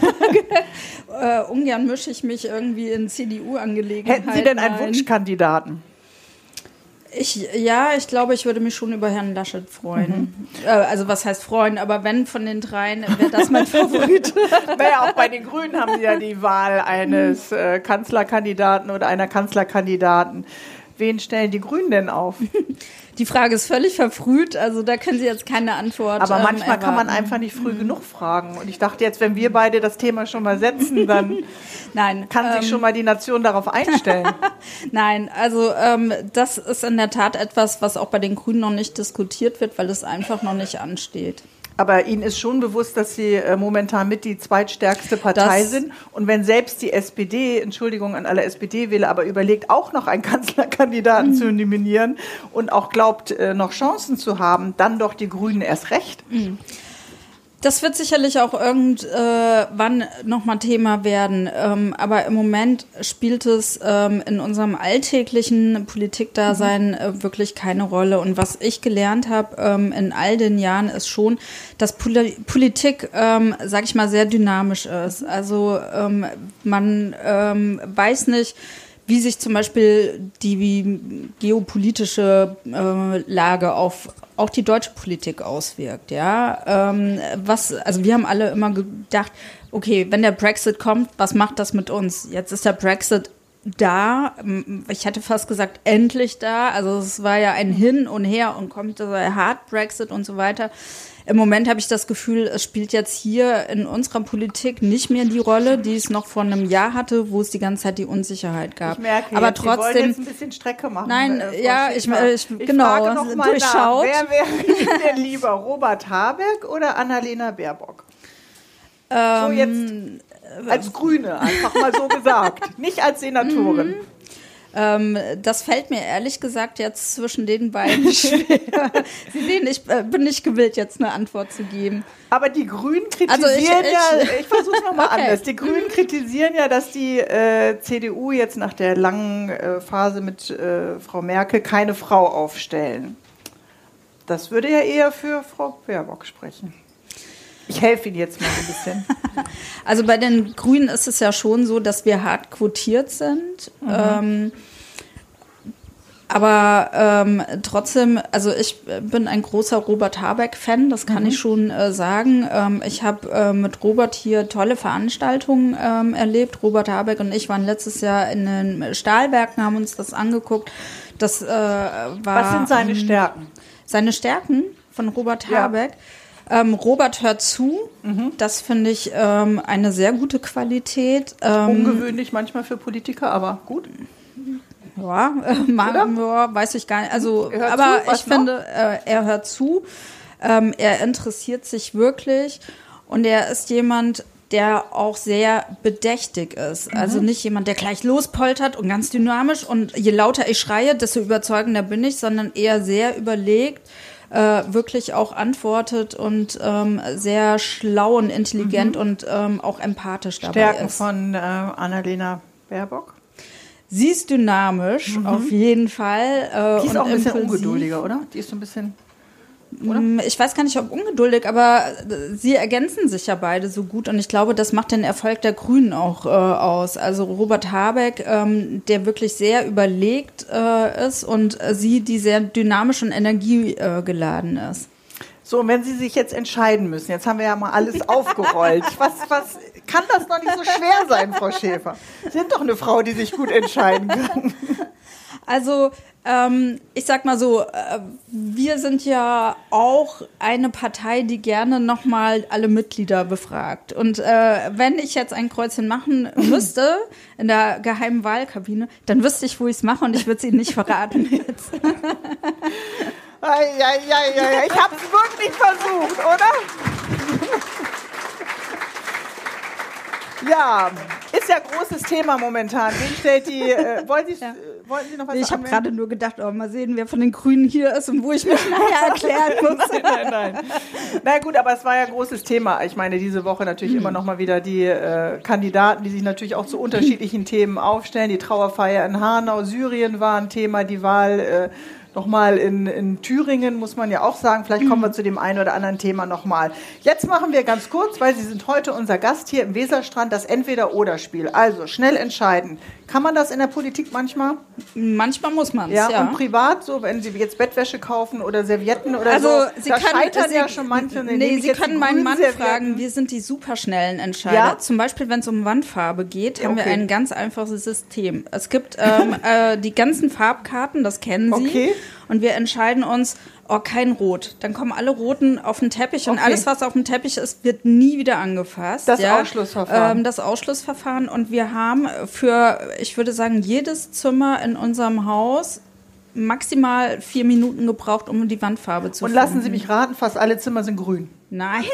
Ungern mische ich mich irgendwie in CDU-Angelegenheiten. Hätten Sie denn einen ein. Wunschkandidaten? Ich glaube, ich würde mich schon über Herrn Laschet freuen. Also was heißt freuen, aber wenn von den dreien, wäre das mein Favorit. Naja, auch bei den Grünen haben sie ja die Wahl eines Kanzlerkandidaten oder einer Kanzlerkandidaten. Wen stellen die Grünen denn auf? Die Frage ist völlig verfrüht, also da können Sie jetzt keine Antwort Aber manchmal erwarten. kann man einfach nicht früh genug fragen. Und ich dachte jetzt, wenn wir beide das Thema schon mal setzen, dann kann sich schon mal die Nation darauf einstellen. Nein, also das ist in der Tat etwas, was auch bei den Grünen noch nicht diskutiert wird, weil es einfach noch nicht ansteht. Aber Ihnen ist schon bewusst, dass Sie momentan mit die zweitstärkste Partei sind. Und wenn selbst die SPD, Entschuldigung an alle SPD-Wähler, aber überlegt, auch noch einen Kanzlerkandidaten zu nominieren und auch glaubt, noch Chancen zu haben, dann doch die Grünen erst recht. Das wird sicherlich auch irgendwann nochmal Thema werden. Aber im Moment spielt es in unserem alltäglichen Politikdasein wirklich keine Rolle. Und was ich gelernt habe in all den Jahren ist schon, dass Politik, sag ich mal, sehr dynamisch ist. Also man weiß nicht, wie sich zum Beispiel die geopolitische Lage auf auch die deutsche Politik auswirkt, ja. Also wir haben alle immer gedacht, okay, wenn der Brexit kommt, was macht das mit uns? Jetzt ist der Brexit da, ich hätte fast gesagt, endlich da. Also es war ja ein Hin und Her und kommt der Hard Brexit und so weiter. Im Moment habe ich das Gefühl, es spielt jetzt hier in unserer Politik nicht mehr die Rolle, die es noch vor einem Jahr hatte, wo es die ganze Zeit die Unsicherheit gab. Ich merke, aber jetzt, trotzdem, Sie wollen jetzt ein bisschen Strecke machen. Nein, ja, ich genau, frage noch mal durchschaut. Wer wäre Ihnen denn lieber, Robert Habeck oder Annalena Baerbock? So jetzt als Grüne, einfach mal so gesagt, nicht als Senatorin. Das fällt mir ehrlich gesagt jetzt zwischen den beiden schwer. Sie sehen, ich bin nicht gewillt, jetzt eine Antwort zu geben. Aber die Grünen kritisieren ich versuche es nochmal anders. Die Grünen kritisieren ja, dass die CDU jetzt nach der langen Phase mit Frau Merkel keine Frau aufstellen. Das würde ja eher für Frau Baerbock sprechen. Ich helfe Ihnen jetzt mal ein bisschen. Also bei den Grünen ist es ja schon so, dass wir hart quotiert sind. Aber trotzdem, also ich bin ein großer Robert Habeck-Fan, das kann ich schon sagen. Ich habe mit Robert hier tolle Veranstaltungen erlebt. Robert Habeck und ich waren letztes Jahr in den Stahlwerken, haben uns das angeguckt. Das war. Was sind seine Stärken? Seine Stärken von Robert Habeck? Robert hört zu, das finde ich eine sehr gute Qualität. Ungewöhnlich manchmal für Politiker, aber gut. Ja, weiß ich gar nicht. Also, aber ich finde, er hört zu, er interessiert sich wirklich und er ist jemand, der auch sehr bedächtig ist. Also nicht jemand, der gleich lospoltert und ganz dynamisch und je lauter ich schreie, desto überzeugender bin ich, sondern eher sehr überlegt, wirklich auch antwortet und sehr schlau und intelligent und auch empathisch dabei Stärken ist. von Annalena Baerbock? Sie ist dynamisch, auf jeden Fall. Die ist und auch ein bisschen impulsiv. ungeduldiger, oder? Die ist so ein bisschen... Oder? Ich weiß gar nicht, ob ungeduldig, aber sie ergänzen sich ja beide so gut und ich glaube, das macht den Erfolg der Grünen auch aus. Also Robert Habeck, der wirklich sehr überlegt ist und sie, die sehr dynamisch und energiegeladen ist. So, und wenn Sie sich jetzt entscheiden müssen, jetzt haben wir ja mal alles aufgerollt, was kann das doch nicht so schwer sein, Frau Schäfer? Sie sind doch eine Frau, die sich gut entscheiden kann. Also ich sag mal so, wir sind ja auch eine Partei, die gerne nochmal alle Mitglieder befragt. Und wenn ich jetzt ein Kreuzchen machen müsste in der geheimen Wahlkabine, dann wüsste ich, wo ich es mache und ich würde es Ihnen nicht verraten jetzt. Ich habe es wirklich versucht, oder? Ja, ist ja großes Thema momentan. Wen stellt die, wollen Sie noch was Ich habe gerade nur gedacht, mal sehen, wer von den Grünen hier ist und wo ich mich nachher erklären muss. Nein. Na gut, aber es war ja großes Thema. Ich meine, diese Woche natürlich immer noch mal wieder die Kandidaten, die sich natürlich auch zu unterschiedlichen Themen aufstellen. Die Trauerfeier in Hanau, Syrien war ein Thema, die Wahl Nochmal in Thüringen, muss man ja auch sagen. Vielleicht kommen wir zu dem einen oder anderen Thema nochmal. Jetzt machen wir ganz kurz, weil Sie sind heute unser Gast hier im Weserstrand, das Entweder-Oder-Spiel. Also schnell entscheiden. Kann man das in der Politik manchmal? Manchmal muss man es, ja. Und privat, so wenn Sie jetzt Bettwäsche kaufen oder Servietten oder also so, Sie da können, scheitern ja schon manche. Nee, Sie können meinen Mann fragen, wir sind die superschnellen Entscheider. Ja? Zum Beispiel, wenn es um Wandfarbe geht, haben wir ein ganz einfaches System. Es gibt die ganzen Farbkarten, das kennen Sie. Okay. Und wir entscheiden uns, kein Rot. Dann kommen alle Roten auf den Teppich und alles, was auf dem Teppich ist, wird nie wieder angefasst. Das Ausschlussverfahren. Das Ausschlussverfahren. Und wir haben für, ich würde sagen, jedes Zimmer in unserem Haus maximal 4 Minuten gebraucht, um die Wandfarbe zu finden. Und lassen Sie mich raten, fast alle Zimmer sind grün. Nein.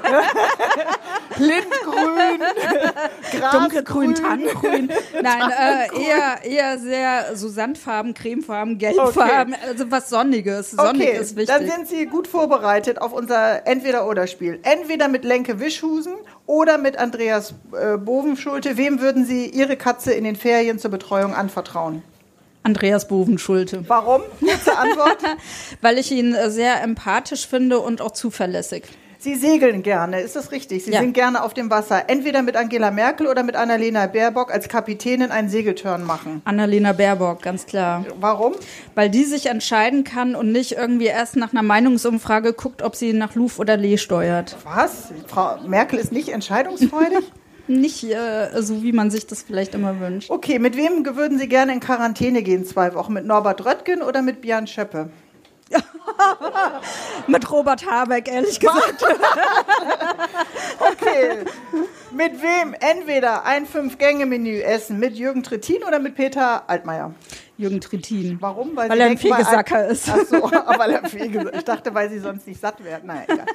Lindgrün, dunkelgrün, Tannengrün. Nein, eher sehr so Sandfarben, Cremefarben, Gelbfarben, also was Sonniges. Sonnig ist wichtig. Dann sind Sie gut vorbereitet auf unser Entweder-Oder-Spiel. Entweder mit Lenke Wischhusen oder mit Andreas Bovenschulte. Wem würden Sie Ihre Katze in den Ferien zur Betreuung anvertrauen? Andreas Bovenschulte. Warum? Kurze Antwort. Weil ich ihn sehr empathisch finde und auch zuverlässig. Sie segeln gerne, ist das richtig? Sie sind gerne auf dem Wasser. Entweder mit Angela Merkel oder mit Annalena Baerbock als Kapitänin einen Segeltörn machen. Annalena Baerbock, ganz klar. Warum? Weil die sich entscheiden kann und nicht irgendwie erst nach einer Meinungsumfrage guckt, ob sie nach Louvre oder Lee steuert. Was? Frau Merkel ist nicht entscheidungsfreudig? Nicht so, wie man sich das vielleicht immer wünscht. Okay, mit wem würden Sie gerne in Quarantäne gehen 2 Wochen? Mit Norbert Röttgen oder mit Björn Schöppe? Mit Robert Habeck, ehrlich gesagt. Okay. Mit wem entweder ein 5-Gänge-Menü essen? Mit Jürgen Trittin oder mit Peter Altmaier? Jürgen Trittin. Warum? Weil er ein Fegesacker ist. Ach so, weil er ein Fegesacker ist. Ich dachte, weil Sie sonst nicht satt werden. Naja, egal.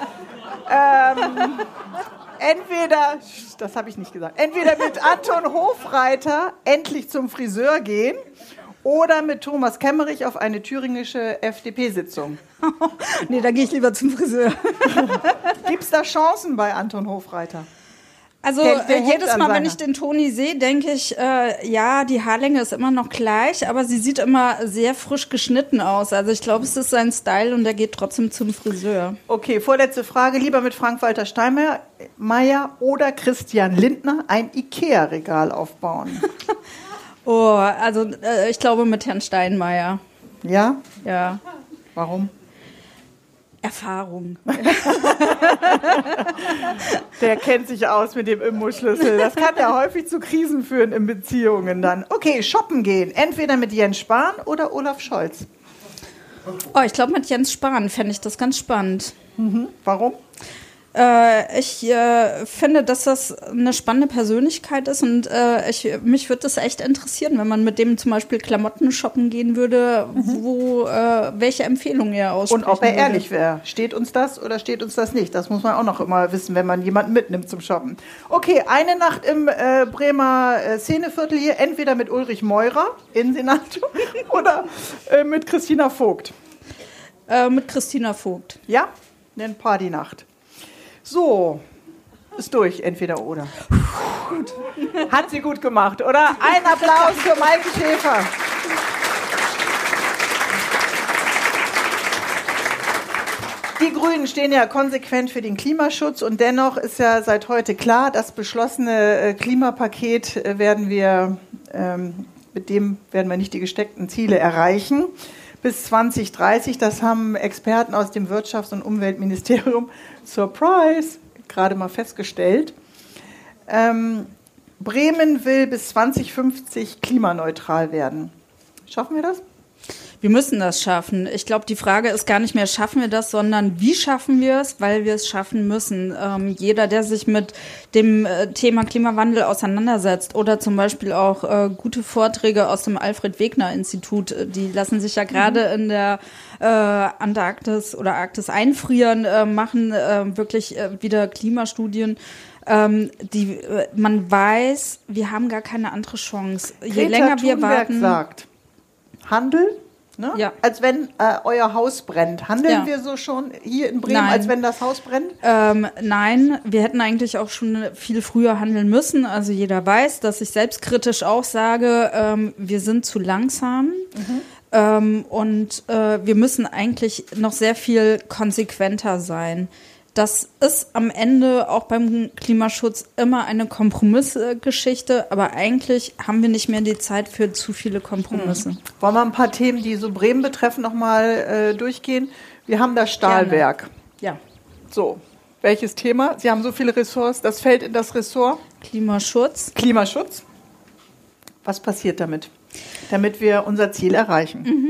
Entweder, das habe ich nicht gesagt, entweder mit Anton Hofreiter endlich zum Friseur gehen oder mit Thomas Kemmerich auf eine thüringische FDP-Sitzung. Nee, da gehe ich lieber zum Friseur. Gibt es da Chancen bei Anton Hofreiter? Also jedes Mal, wenn ich den Toni sehe, denke ich, ja, die Haarlänge ist immer noch gleich, aber sie sieht immer sehr frisch geschnitten aus. Also ich glaube, es ist sein Style und er geht trotzdem zum Friseur. Okay, vorletzte Frage. Lieber mit Frank-Walter Steinmeier oder Christian Lindner ein Ikea-Regal aufbauen? Also ich glaube mit Herrn Steinmeier. Ja? Ja. Warum? Erfahrung. Der kennt sich aus mit dem Imbusschlüssel. Das kann ja häufig zu Krisen führen in Beziehungen dann. Okay, shoppen gehen. Entweder mit Jens Spahn oder Olaf Scholz. Ich glaube, mit Jens Spahn fände ich das ganz spannend. Warum? Ich finde, dass das eine spannende Persönlichkeit ist und mich würde das echt interessieren, wenn man mit dem zum Beispiel Klamotten shoppen gehen würde, welche Empfehlungen er aussprechen Und ob er würde. ehrlich wäre. Steht uns das oder steht uns das nicht? Das muss man auch noch immer wissen, wenn man jemanden mitnimmt zum Shoppen. Okay, eine Nacht im Bremer Szeneviertel hier, entweder mit Ulrich Meurer, Innensenator, oder mit Christina Vogt. Mit Christina Vogt. Ja, eine Partynacht. So, ist durch, entweder oder. Gut. Hat sie gut gemacht, oder? Ein Applaus für Maike Schäfer. Die Grünen stehen ja konsequent für den Klimaschutz und dennoch ist ja seit heute klar, das beschlossene Klimapaket mit dem werden wir nicht die gesteckten Ziele erreichen. Bis 2030, das haben Experten aus dem Wirtschafts- und Umweltministerium, Surprise, gerade mal festgestellt. Bremen will bis 2050 klimaneutral werden. Schaffen wir das? Wir müssen das schaffen. Ich glaube, die Frage ist gar nicht mehr, schaffen wir das, sondern wie schaffen wir es, weil wir es schaffen müssen. Jeder, der sich mit dem Thema Klimawandel auseinandersetzt oder zum Beispiel auch gute Vorträge aus dem Alfred-Wegener-Institut, die lassen sich ja gerade in der Antarktis oder Arktis einfrieren, machen wirklich wieder Klimastudien. Man weiß, wir haben gar keine andere Chance. Je länger wir warten, sagt, Handel, ne? Ja. Als wenn euer Haus brennt. Handeln wir so schon hier in Bremen, Nein. als wenn das Haus brennt? Nein, wir hätten eigentlich auch schon viel früher handeln müssen. Also jeder weiß, dass ich selbstkritisch auch sage, wir sind zu langsam. Und wir müssen eigentlich noch sehr viel konsequenter sein. Das ist am Ende auch beim Klimaschutz immer eine Kompromissgeschichte, aber eigentlich haben wir nicht mehr die Zeit für zu viele Kompromisse. Wollen wir ein paar Themen, die so Bremen betreffen, nochmal durchgehen? Wir haben das Stahlwerk. Gerne. Ja. So, welches Thema? Sie haben so viele Ressorts, das fällt in das Ressort? Klimaschutz. Klimaschutz. Was passiert damit wir unser Ziel erreichen?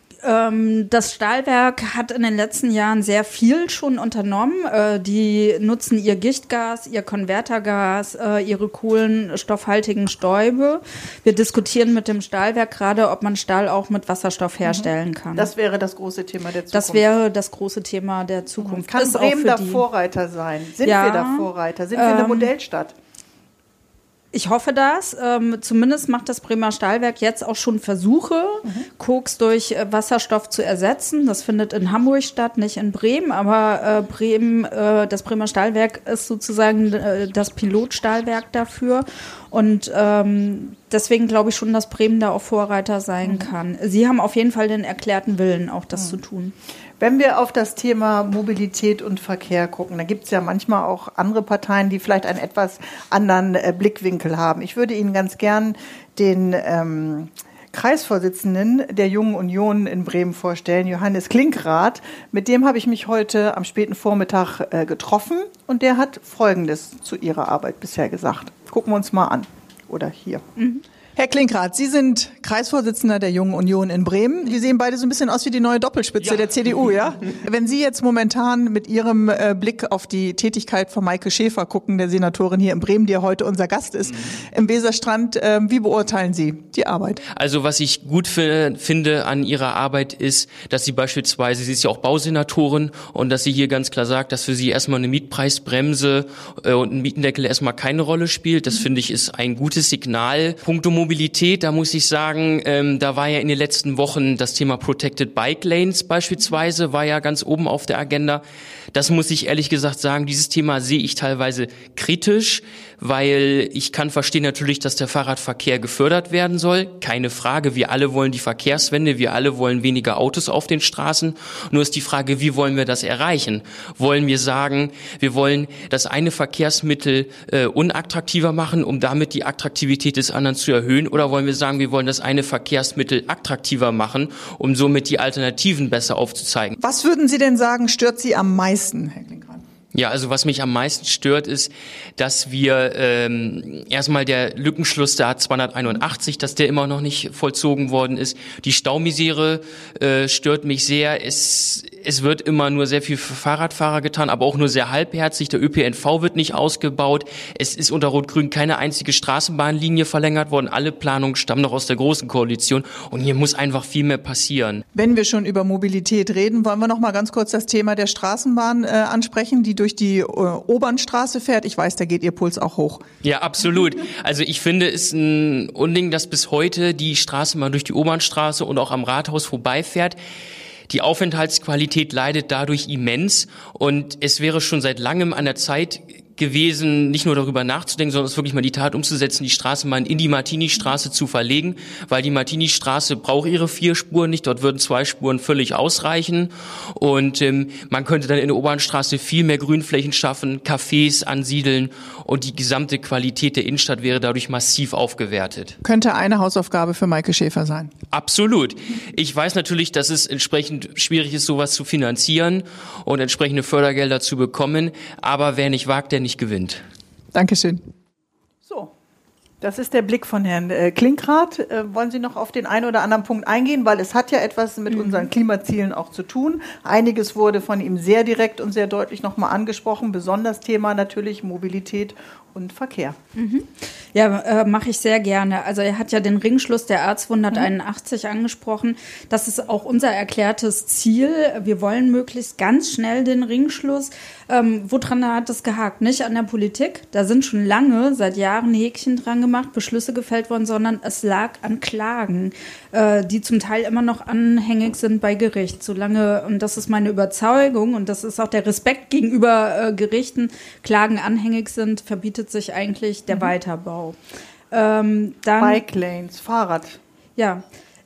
Das Stahlwerk hat in den letzten Jahren sehr viel schon unternommen. Die nutzen ihr Gichtgas, ihr Konvertergas, ihre kohlenstoffhaltigen Stäube. Wir diskutieren mit dem Stahlwerk gerade, ob man Stahl auch mit Wasserstoff herstellen kann. Das wäre das große Thema der Zukunft. Das wäre das große Thema der Zukunft. Kann Bremen da Vorreiter sein? Sind wir da Vorreiter? Sind wir eine Modellstadt? Ich hoffe das. Zumindest macht das Bremer Stahlwerk jetzt auch schon Versuche, Koks durch Wasserstoff zu ersetzen. Das findet in Hamburg statt, nicht in Bremen. Aber das Bremer Stahlwerk ist sozusagen das Pilotstahlwerk dafür. Und deswegen glaube ich schon, dass Bremen da auch Vorreiter sein kann. Sie haben auf jeden Fall den erklärten Willen, auch das zu tun. Wenn wir auf das Thema Mobilität und Verkehr gucken, da gibt es ja manchmal auch andere Parteien, die vielleicht einen etwas anderen Blickwinkel haben. Ich würde Ihnen ganz gern den Kreisvorsitzenden der Jungen Union in Bremen vorstellen, Johannes Klinkrath. Mit dem habe ich mich heute am späten Vormittag getroffen und der hat Folgendes zu ihrer Arbeit bisher gesagt. Gucken wir uns mal an. Oder hier. Herr Klinkrath, Sie sind Kreisvorsitzender der Jungen Union in Bremen. Die sehen beide so ein bisschen aus wie die neue Doppelspitze der CDU, ja? Wenn Sie jetzt momentan mit Ihrem Blick auf die Tätigkeit von Maike Schäfer gucken, der Senatorin hier in Bremen, die ja heute unser Gast ist, im Weserstrand, wie beurteilen Sie die Arbeit? Also was ich gut finde an ihrer Arbeit ist, dass sie beispielsweise, sie ist ja auch Bausenatorin, und dass sie hier ganz klar sagt, dass für sie erstmal eine Mietpreisbremse und ein Mietendeckel erstmal keine Rolle spielt. Das finde ich ist ein gutes Signal. Punkto Mobilität, da muss ich sagen, da war ja in den letzten Wochen das Thema Protected Bike Lanes beispielsweise, war ja ganz oben auf der Agenda. Das muss ich ehrlich gesagt sagen, dieses Thema sehe ich teilweise kritisch, weil ich kann verstehen natürlich, dass der Fahrradverkehr gefördert werden soll. Keine Frage, wir alle wollen die Verkehrswende, wir alle wollen weniger Autos auf den Straßen. Nur ist die Frage, wie wollen wir das erreichen? Wollen wir sagen, wir wollen das eine Verkehrsmittel unattraktiver machen, um damit die Attraktivität des anderen zu erhöhen? Oder wollen wir sagen, wir wollen das eine Verkehrsmittel attraktiver machen, um somit die Alternativen besser aufzuzeigen? Was würden Sie denn sagen, stört Sie am meisten, Herr Klinkrath? Ja, also was mich am meisten stört, ist, dass wir erstmal der Lückenschluss der A281, dass der immer noch nicht vollzogen worden ist. Die Staumisere stört mich sehr. Es wird immer nur sehr viel für Fahrradfahrer getan, aber auch nur sehr halbherzig. Der ÖPNV wird nicht ausgebaut. Es ist unter Rot-Grün keine einzige Straßenbahnlinie verlängert worden. Alle Planungen stammen noch aus der Großen Koalition. Und hier muss einfach viel mehr passieren. Wenn wir schon über Mobilität reden, wollen wir noch mal ganz kurz das Thema der Straßenbahn ansprechen, die durch die Obernstraße fährt. Ich weiß, da geht Ihr Puls auch hoch. Ja, absolut. Also ich finde, es ist ein Unding, dass bis heute die Straßenbahn durch die Obernstraße und auch am Rathaus vorbeifährt. Die Aufenthaltsqualität leidet dadurch immens, und es wäre schon seit langem an der Zeit gewesen, nicht nur darüber nachzudenken, sondern es wirklich mal die Tat umzusetzen, die Straßenbahn in die Martini-Straße zu verlegen, weil die Martini-Straße braucht ihre 4 Spuren nicht, dort würden 2 Spuren völlig ausreichen, und man könnte dann in der Obernstraße viel mehr Grünflächen schaffen, Cafés ansiedeln, und die gesamte Qualität der Innenstadt wäre dadurch massiv aufgewertet. Könnte eine Hausaufgabe für Maike Schäfer sein. Absolut. Ich weiß natürlich, dass es entsprechend schwierig ist, sowas zu finanzieren und entsprechende Fördergelder zu bekommen, aber wer nicht wagt, der nicht gewinnt. Dankeschön. So, das ist der Blick von Herrn Klinkrath. Wollen Sie noch auf den einen oder anderen Punkt eingehen? Weil es hat ja etwas mit unseren Klimazielen auch zu tun. Einiges wurde von ihm sehr direkt und sehr deutlich nochmal angesprochen. Besonders Thema natürlich Mobilität und Verkehr. Ja, mache ich sehr gerne. Also er hat ja den Ringschluss der A281 angesprochen. Das ist auch unser erklärtes Ziel. Wir wollen möglichst ganz schnell den Ringschluss. Woran hat das gehakt? Nicht an der Politik. Da sind schon lange, seit Jahren Häkchen dran gemacht, Beschlüsse gefällt worden, sondern es lag an Klagen, die zum Teil immer noch anhängig sind bei Gericht. Solange, und das ist meine Überzeugung und das ist auch der Respekt gegenüber Gerichten, Klagen anhängig sind, verbietet sich eigentlich der Weiterbau. Bike Lanes, Fahrrad. Ja,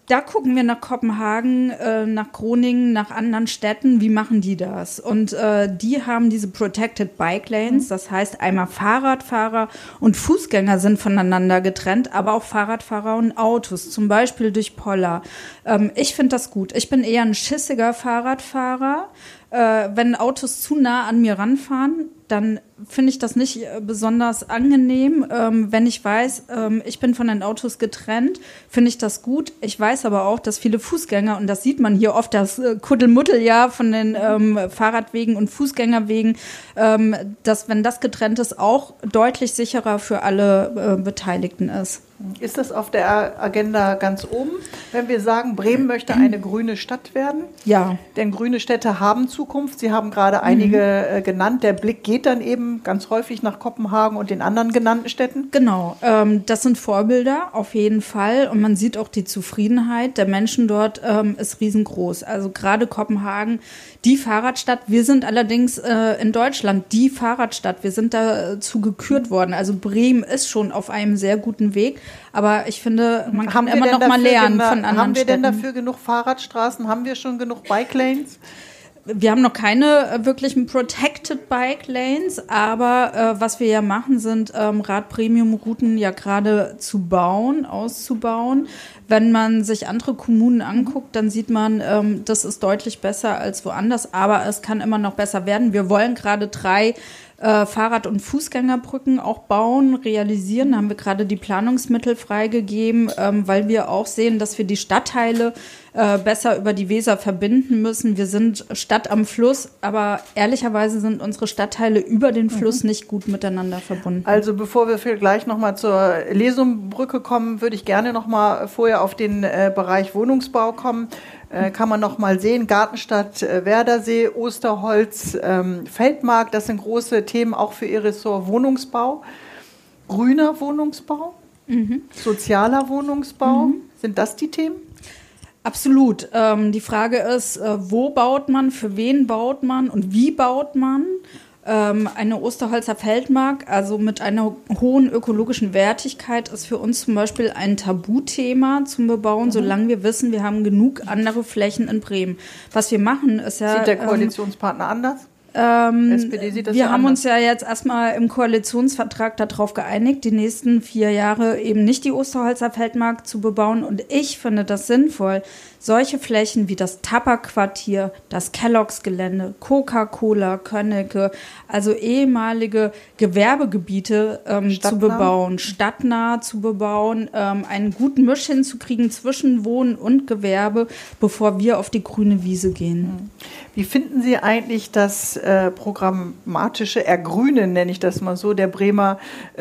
Da gucken wir nach Kopenhagen, nach Groningen, nach anderen Städten. Wie machen die das? Und die haben diese Protected Bike Lanes. Das heißt, einmal Fahrradfahrer und Fußgänger sind voneinander getrennt, aber auch Fahrradfahrer und Autos, zum Beispiel durch Poller. Ich finde das gut. Ich bin eher ein schissiger Fahrradfahrer. Wenn Autos zu nah an mir ranfahren, dann finde ich das nicht besonders angenehm. Wenn ich weiß, ich bin von den Autos getrennt, finde ich das gut. Ich weiß aber auch, dass viele Fußgänger, und das sieht man hier oft, das Kuddelmuddel von den Fahrradwegen und Fußgängerwegen, dass, wenn das getrennt ist, auch deutlich sicherer für alle Beteiligten ist. Ist das auf der Agenda ganz oben, wenn wir sagen, Bremen möchte eine grüne Stadt werden? Ja. Denn grüne Städte haben Zukunft. Sie haben gerade einige genannt. Der Blick geht dann eben ganz häufig nach Kopenhagen und den anderen genannten Städten. Genau, das sind Vorbilder auf jeden Fall. Und man sieht auch die Zufriedenheit der Menschen dort ist riesengroß. Also gerade Kopenhagen, die Fahrradstadt. Wir sind allerdings in Deutschland die Fahrradstadt. Wir sind dazu gekürt worden. Also Bremen ist schon auf einem sehr guten Weg. Aber ich finde, man kann immer noch mal lernen von anderen Städten. Haben wir denn dafür genug Fahrradstraßen? Haben wir schon genug Bike Lanes? Wir haben noch keine wirklichen Protected Bike Lanes, aber was wir ja machen, sind Rad-Premium-Routen ja gerade auszubauen. Wenn man sich andere Kommunen anguckt, dann sieht man, das ist deutlich besser als woanders, aber es kann immer noch besser werden. Wir wollen gerade 3 Fahrrad- und Fußgängerbrücken auch bauen, realisieren. Da haben wir gerade die Planungsmittel freigegeben, weil wir auch sehen, dass wir die Stadtteile besser über die Weser verbinden müssen. Wir sind Stadt am Fluss, aber ehrlicherweise sind unsere Stadtteile über den Fluss nicht gut miteinander verbunden. Also bevor wir gleich nochmal zur Lesumbrücke kommen, würde ich gerne nochmal vorher auf den Bereich Wohnungsbau kommen. Kann man noch mal sehen, Gartenstadt Werdersee, Osterholz, Feldmark, das sind große Themen auch für Ihr Ressort Wohnungsbau. Grüner Wohnungsbau, sozialer Wohnungsbau, sind das die Themen? Absolut. Die Frage ist, wo baut man, für wen baut man und wie baut man? Eine Osterholzer Feldmark, also mit einer hohen ökologischen Wertigkeit, ist für uns zum Beispiel ein Tabuthema zum Bebauen, solange wir wissen, wir haben genug andere Flächen in Bremen. Was wir machen, ist ja... Sieht der Koalitionspartner anders? SPD sieht das wir ja haben anders. uns ja jetzt erstmal im Koalitionsvertrag darauf geeinigt, die nächsten 4 Jahre eben nicht die Osterholzer Feldmark zu bebauen. Und ich finde das sinnvoll, solche Flächen wie das Tabakquartier, das Kelloggs-Gelände, Coca-Cola, Könnecke, also ehemalige Gewerbegebiete zu bebauen, stadtnah zu bebauen, einen guten Misch hinzukriegen zwischen Wohnen und Gewerbe, bevor wir auf die grüne Wiese gehen. Wie finden Sie eigentlich das programmatische Ergrünen, nenne ich das mal so, der Bremer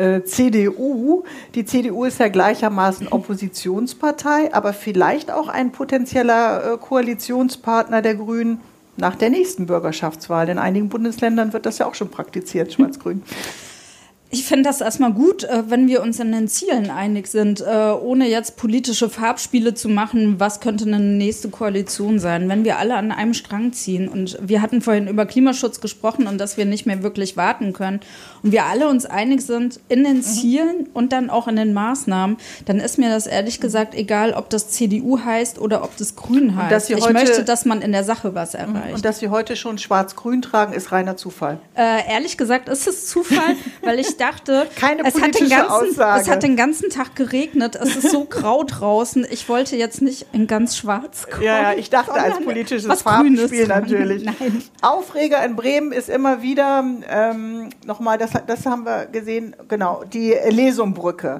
CDU? Die CDU ist ja gleichermaßen Oppositionspartei, aber vielleicht auch ein potenzieller Koalitionspartner der Grünen nach der nächsten Bürgerschaftswahl. In einigen Bundesländern wird das ja auch schon praktiziert, Schwarz-Grün. Ich finde das erstmal gut, wenn wir uns in den Zielen einig sind, ohne jetzt politische Farbspiele zu machen, was könnte eine nächste Koalition sein, wenn wir alle an einem Strang ziehen. Und wir hatten vorhin über Klimaschutz gesprochen und dass wir nicht mehr wirklich warten können. Und wir alle uns einig sind in den Zielen und dann auch in den Maßnahmen, dann ist mir das ehrlich gesagt egal, ob das CDU heißt oder ob das Grün heißt. Ich möchte, dass man in der Sache was erreicht. Und dass Sie heute schon schwarz-grün tragen, ist reiner Zufall. Ehrlich gesagt ist es Zufall, weil ich dachte, keine politische Aussage. Es hat den ganzen Tag geregnet, es ist so grau draußen. Ich wollte jetzt nicht in ganz schwarz kommen. Ja, ich dachte als politisches Farbspiel natürlich. Nein. Aufreger in Bremen ist immer wieder, nochmal, das haben wir gesehen, genau, die Lesumbrücke.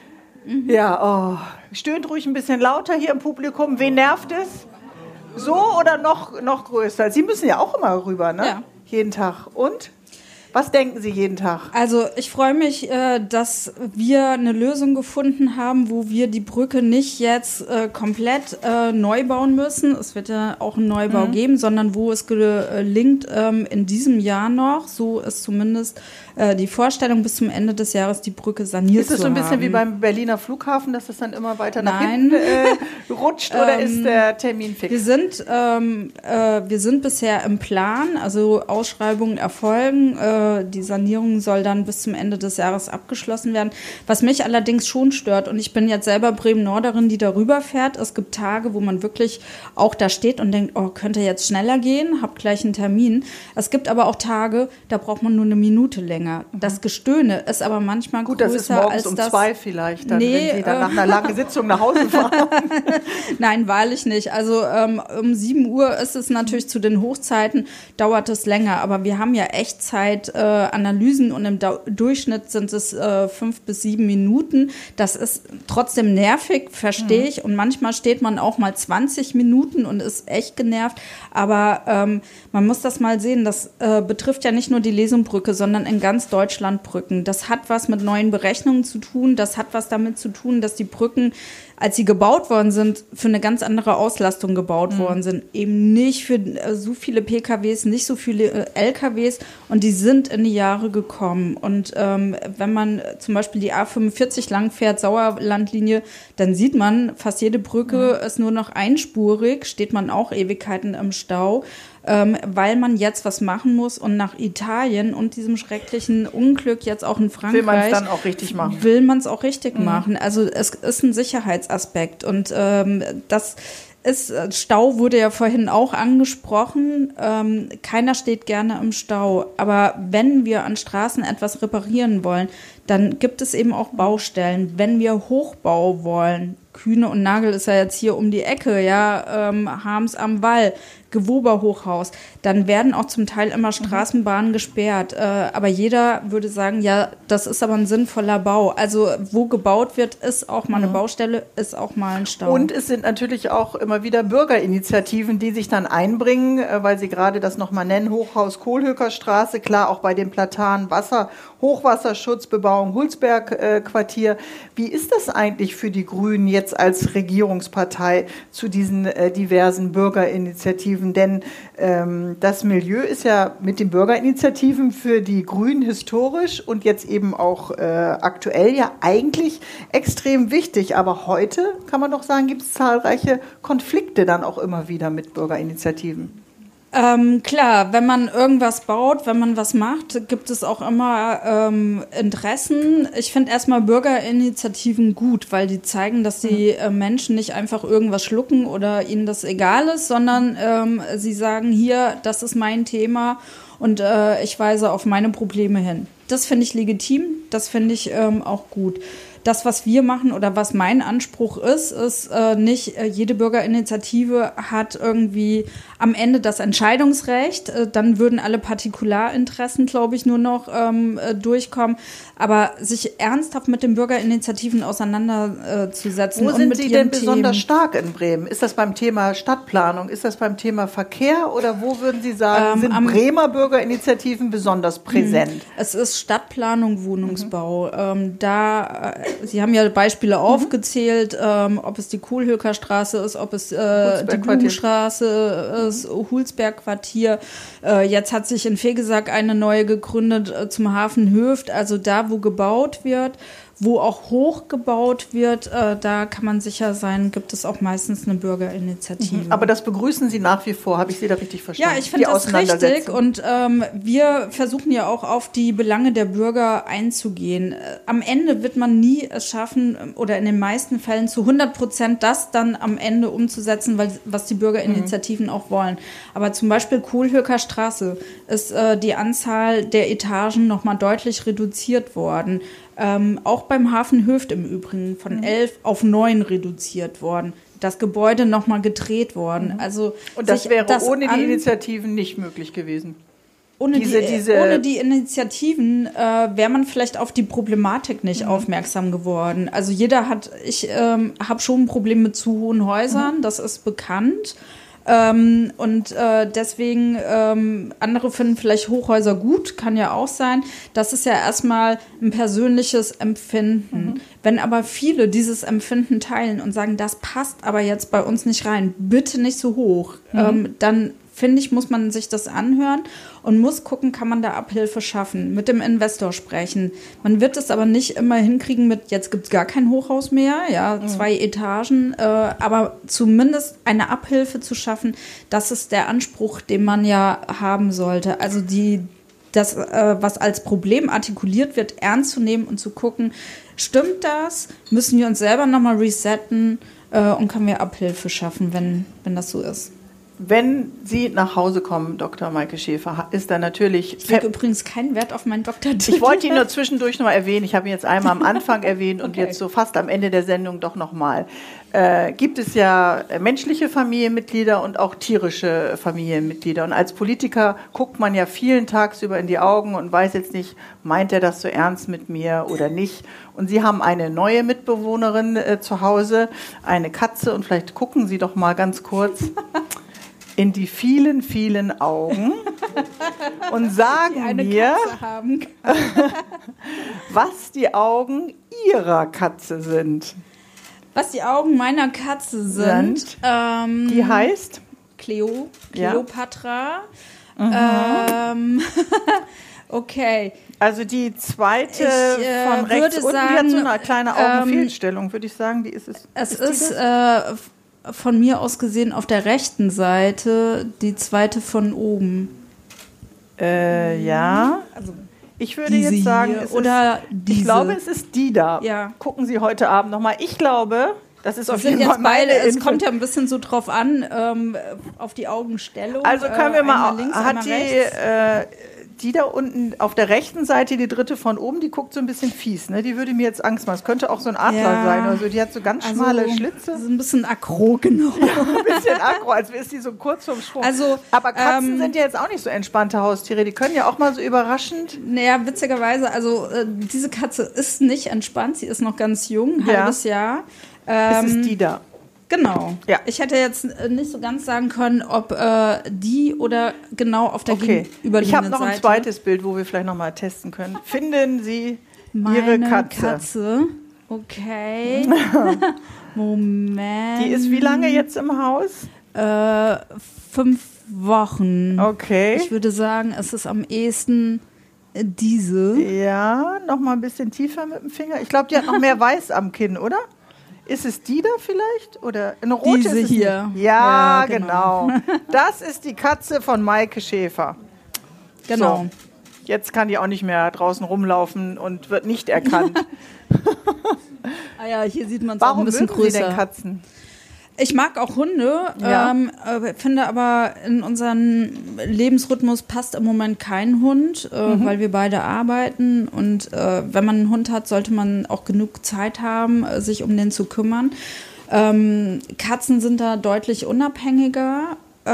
Ja, stöhnt ruhig ein bisschen lauter hier im Publikum. Wen nervt es? So oder noch größer? Sie müssen ja auch immer rüber, ne? Ja. Jeden Tag. Und? Was denken Sie jeden Tag? Also ich freue mich, dass wir eine Lösung gefunden haben, wo wir die Brücke nicht jetzt komplett neu bauen müssen. Es wird ja auch einen Neubau geben, sondern wo es gelingt, in diesem Jahr noch, so ist zumindest die Vorstellung, bis zum Ende des Jahres die Brücke saniert zu haben. Ist es so ein bisschen wie beim Berliner Flughafen, dass es dann immer weiter nach hinten rutscht, oder ist der Termin fix? Wir sind bisher im Plan, also Ausschreibungen erfolgen. Die Sanierung soll dann bis zum Ende des Jahres abgeschlossen werden. Was mich allerdings schon stört, und ich bin jetzt selber Bremen-Norderin, die darüber fährt. Es gibt Tage, wo man wirklich auch da steht und denkt, oh, könnte jetzt schneller gehen, hab gleich einen Termin. Es gibt aber auch Tage, da braucht man nur eine Minute länger. Das Gestöhne ist aber manchmal größer als das. Gut, das ist morgens um 2 vielleicht, dann, wenn Sie dann nach einer langen Sitzung nach Hause fahren. Nein, wahrlich nicht. Also um 7 Uhr ist es natürlich zu den Hochzeiten, dauert es länger. Aber wir haben ja Echtzeit-Analysen und im Durchschnitt sind es 5 bis 7 Minuten. Das ist trotzdem nervig, verstehe ich. Und manchmal steht man auch mal 20 Minuten und ist echt genervt. Aber man muss das mal sehen, das betrifft ja nicht nur die Lesumbrücke, sondern in ganz Deutschland Brücken. Das hat was mit neuen Berechnungen zu tun. Das hat was damit zu tun, dass die Brücken, als sie gebaut worden sind, für eine ganz andere Auslastung gebaut worden sind. Eben nicht für so viele PKWs, nicht so viele LKWs. Und die sind in die Jahre gekommen. Und wenn man zum Beispiel die A45 lang fährt, Sauerlandlinie, dann sieht man, fast jede Brücke ist nur noch einspurig, steht man auch Ewigkeiten im Stau. Weil man jetzt was machen muss und nach Italien und diesem schrecklichen Unglück jetzt auch in Frankreich will man es dann auch richtig machen. Will man es auch richtig machen. Also es ist ein Sicherheitsaspekt und Stau wurde ja vorhin auch angesprochen. Keiner steht gerne im Stau. Aber wenn wir an Straßen etwas reparieren wollen, dann gibt es eben auch Baustellen. Wenn wir Hochbau wollen, Kühne und Nagel ist ja jetzt hier um die Ecke, ja, Harms am Wall, Gewober Hochhaus, dann werden auch zum Teil immer Straßenbahnen gesperrt. Aber jeder würde sagen, ja, das ist aber ein sinnvoller Bau. Also wo gebaut wird, ist auch mal eine Baustelle, ist auch mal ein Stau. Und es sind natürlich auch immer wieder Bürgerinitiativen, die sich dann einbringen, weil Sie gerade das nochmal nennen, Hochhaus Kohlhökerstraße, klar auch bei den Platanen Hochwasserschutz, Bebauung Hulsberg-Quartier. Wie ist das eigentlich für die Grünen jetzt als Regierungspartei zu diesen diversen Bürgerinitiativen? Denn das Milieu ist ja mit den Bürgerinitiativen für die Grünen historisch und jetzt eben auch aktuell ja eigentlich extrem wichtig. Aber heute, kann man doch sagen, gibt es zahlreiche Konflikte dann auch immer wieder mit Bürgerinitiativen. Klar, wenn man irgendwas baut, wenn man was macht, gibt es auch immer Interessen. Ich finde erstmal Bürgerinitiativen gut, weil die zeigen, dass die Menschen nicht einfach irgendwas schlucken oder ihnen das egal ist, sondern sie sagen, hier, das ist mein Thema und ich weise auf meine Probleme hin. Das finde ich legitim, das finde ich auch gut. Das, was wir machen oder was mein Anspruch ist nicht, jede Bürgerinitiative hat irgendwie am Ende das Entscheidungsrecht. Dann würden alle Partikularinteressen, glaube ich, nur noch durchkommen. Aber sich ernsthaft mit den Bürgerinitiativen auseinanderzusetzen. Wo sind Sie denn besonders stark in Bremen? Ist das beim Thema Stadtplanung? Ist das beim Thema Verkehr? Oder wo würden Sie sagen, sind Bremer Bürgerinitiativen besonders präsent? Es ist Stadtplanung, Wohnungsbau. Sie haben ja Beispiele aufgezählt, ob es die Kohlhökerstraße ist, ob es die Blumenstraße ist, Hulsberg-Quartier. Jetzt hat sich in Fegesack eine neue gegründet zum Hafen Höft. Also da, wo gebaut wird, wo auch hoch gebaut wird, da kann man sicher sein, gibt es auch meistens eine Bürgerinitiative. Aber das begrüßen Sie nach wie vor, habe ich Sie da richtig verstanden? Ja, ich finde das richtig und wir versuchen ja auch auf die Belange der Bürger einzugehen. Am Ende wird man nie es schaffen oder in den meisten Fällen zu 100% das dann am Ende umzusetzen, was die Bürgerinitiativen auch wollen. Aber zum Beispiel Kohlhöker Straße ist die Anzahl der Etagen nochmal deutlich reduziert worden. Auch beim Hafen Höft im Übrigen von 11 auf 9 reduziert worden. Das Gebäude nochmal gedreht worden. Also und das wäre ohne die Initiativen nicht möglich gewesen? Ohne die Initiativen wäre man vielleicht auf die Problematik nicht aufmerksam geworden. Also ich habe schon ein Problem mit zu hohen Häusern, das ist bekannt. Deswegen, andere finden vielleicht Hochhäuser gut, kann ja auch sein. Das ist ja erstmal ein persönliches Empfinden. Wenn aber viele dieses Empfinden teilen und sagen, das passt aber jetzt bei uns nicht rein, bitte nicht so hoch, dann finde ich, muss man sich das anhören und muss gucken, kann man da Abhilfe schaffen, mit dem Investor sprechen. Man wird es aber nicht immer hinkriegen mit, jetzt gibt es gar kein Hochhaus mehr, 2 Etagen, aber zumindest eine Abhilfe zu schaffen, das ist der Anspruch, den man ja haben sollte. Also die das, was als Problem artikuliert wird, ernst zu nehmen und zu gucken, stimmt das? Müssen wir uns selber nochmal resetten und können wir Abhilfe schaffen, wenn das so ist? Wenn Sie nach Hause kommen, Dr. Maike Schäfer, ist da natürlich... Ich lege übrigens keinen Wert auf meinen Doktortitel. Ich wollte ihn nur zwischendurch noch mal erwähnen. Ich habe ihn jetzt einmal am Anfang erwähnt und jetzt so fast am Ende der Sendung doch noch mal. Gibt es ja menschliche Familienmitglieder und auch tierische Familienmitglieder. Und als Politiker guckt man ja vielen tagsüber in die Augen und weiß jetzt nicht, meint er das so ernst mit mir oder nicht. Und Sie haben eine neue Mitbewohnerin zu Hause, eine Katze. Und vielleicht gucken Sie doch mal ganz kurz in die vielen, vielen Augen und sagen mir, was die Augen Ihrer Katze sind. Was die Augen meiner Katze sind? Die heißt? Kleopatra. Okay. Also die zweite von rechts unten, die hat so eine kleine Augenfehlstellung, würde ich sagen. Die ist es. Es ist von mir aus gesehen auf der rechten Seite die zweite von oben. Ja. Also ich würde jetzt sagen, ich glaube, es ist die da. Ja. Gucken Sie heute Abend nochmal. Ich glaube, das ist auf jeden Fall beide. Es kommt ja ein bisschen so drauf an, auf die Augenstellung. Also können wir mal, links, hat die da unten auf der rechten Seite, die dritte von oben, die guckt so ein bisschen fies, ne? Die würde mir jetzt Angst machen. Es könnte auch so ein Adler sein. Also die hat so ganz schmale Schlitze. So ein bisschen aggro, genau. Ja, ein bisschen aggro, als wäre die so kurz vorm Sprung. Aber Katzen sind ja jetzt auch nicht so entspannte Haustiere. Die können ja auch mal so überraschend. Naja, witzigerweise, also diese Katze ist nicht entspannt. Sie ist noch ganz jung, halbes Jahr. Es ist die da. Genau. Ja. Ich hätte jetzt nicht so ganz sagen können, ob die oder genau auf der gegenüberliegenden Seite. Ich habe noch ein zweites Bild, wo wir vielleicht noch mal testen können. Finden Sie Ihre Katze? Okay. Moment. Die ist wie lange jetzt im Haus? 5 Wochen. Okay. Ich würde sagen, es ist am ehesten diese. Ja, noch mal ein bisschen tiefer mit dem Finger. Ich glaube, die hat noch mehr Weiß am Kinn, oder? Ist es die da vielleicht? Oder eine rote Diese ist es hier. Nicht? Ja, genau. Das ist die Katze von Maike Schäfer. Genau. So. Jetzt kann die auch nicht mehr draußen rumlaufen und wird nicht erkannt. Ja, hier sieht man es auch ein bisschen größer. Warum mögen Sie denn Katzen? Ich mag auch Hunde, finde aber in unseren Lebensrhythmus passt im Moment kein Hund, weil wir beide arbeiten und wenn man einen Hund hat, sollte man auch genug Zeit haben, sich um den zu kümmern. Katzen sind da deutlich unabhängiger,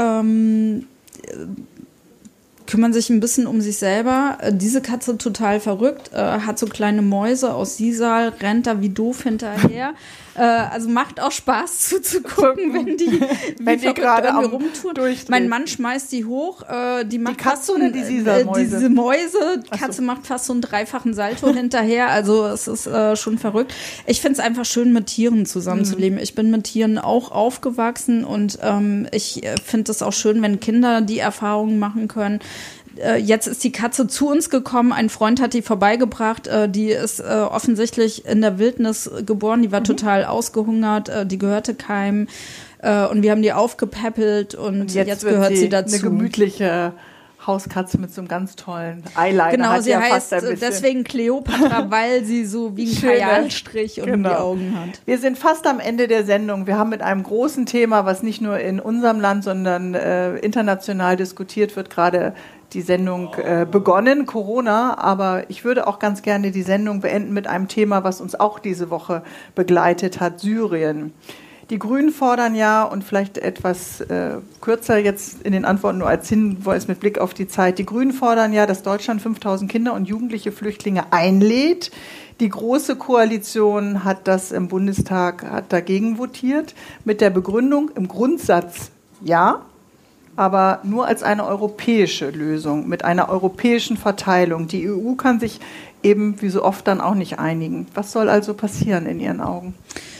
kümmern sich ein bisschen um sich selber. Diese Katze total verrückt, hat so kleine Mäuse aus Sisal, rennt da wie doof hinterher. Also macht auch Spaß zuzugucken, wenn die gerade rumtun. Mein Mann schmeißt die hoch. Die Katze oder die Sisal-Mäuse? Diese Mäuse. Die Katze macht fast so einen 3-fachen Salto hinterher. Also es ist schon verrückt. Ich finde es einfach schön, mit Tieren zusammenzuleben. Ich bin mit Tieren auch aufgewachsen und ich finde es auch schön, wenn Kinder die Erfahrungen machen können. Jetzt ist die Katze zu uns gekommen, ein Freund hat die vorbeigebracht, die ist offensichtlich in der Wildnis geboren, die war total ausgehungert, die gehörte keinem und wir haben die aufgepäppelt und jetzt gehört sie dazu. Eine gemütliche Hauskatze mit so einem ganz tollen Eyeliner. Genau, sie heißt deswegen Kleopatra, weil sie so wie ein Kajalstrich um die Augen hat. Wir sind fast am Ende der Sendung. Wir haben mit einem großen Thema, was nicht nur in unserem Land, sondern international diskutiert wird, gerade die Sendung begonnen, Corona, aber ich würde auch ganz gerne die Sendung beenden mit einem Thema, was uns auch diese Woche begleitet hat, Syrien. Die Grünen fordern ja, und vielleicht etwas kürzer jetzt in den Antworten nur als Hinweis mit Blick auf die Zeit, die Grünen fordern ja, dass Deutschland 5.000 Kinder und jugendliche Flüchtlinge einlädt. Die Große Koalition hat das im Bundestag dagegen votiert, mit der Begründung im Grundsatz ja, aber nur als eine europäische Lösung, mit einer europäischen Verteilung. Die EU kann sich eben wie so oft dann auch nicht einigen. Was soll also passieren in Ihren Augen?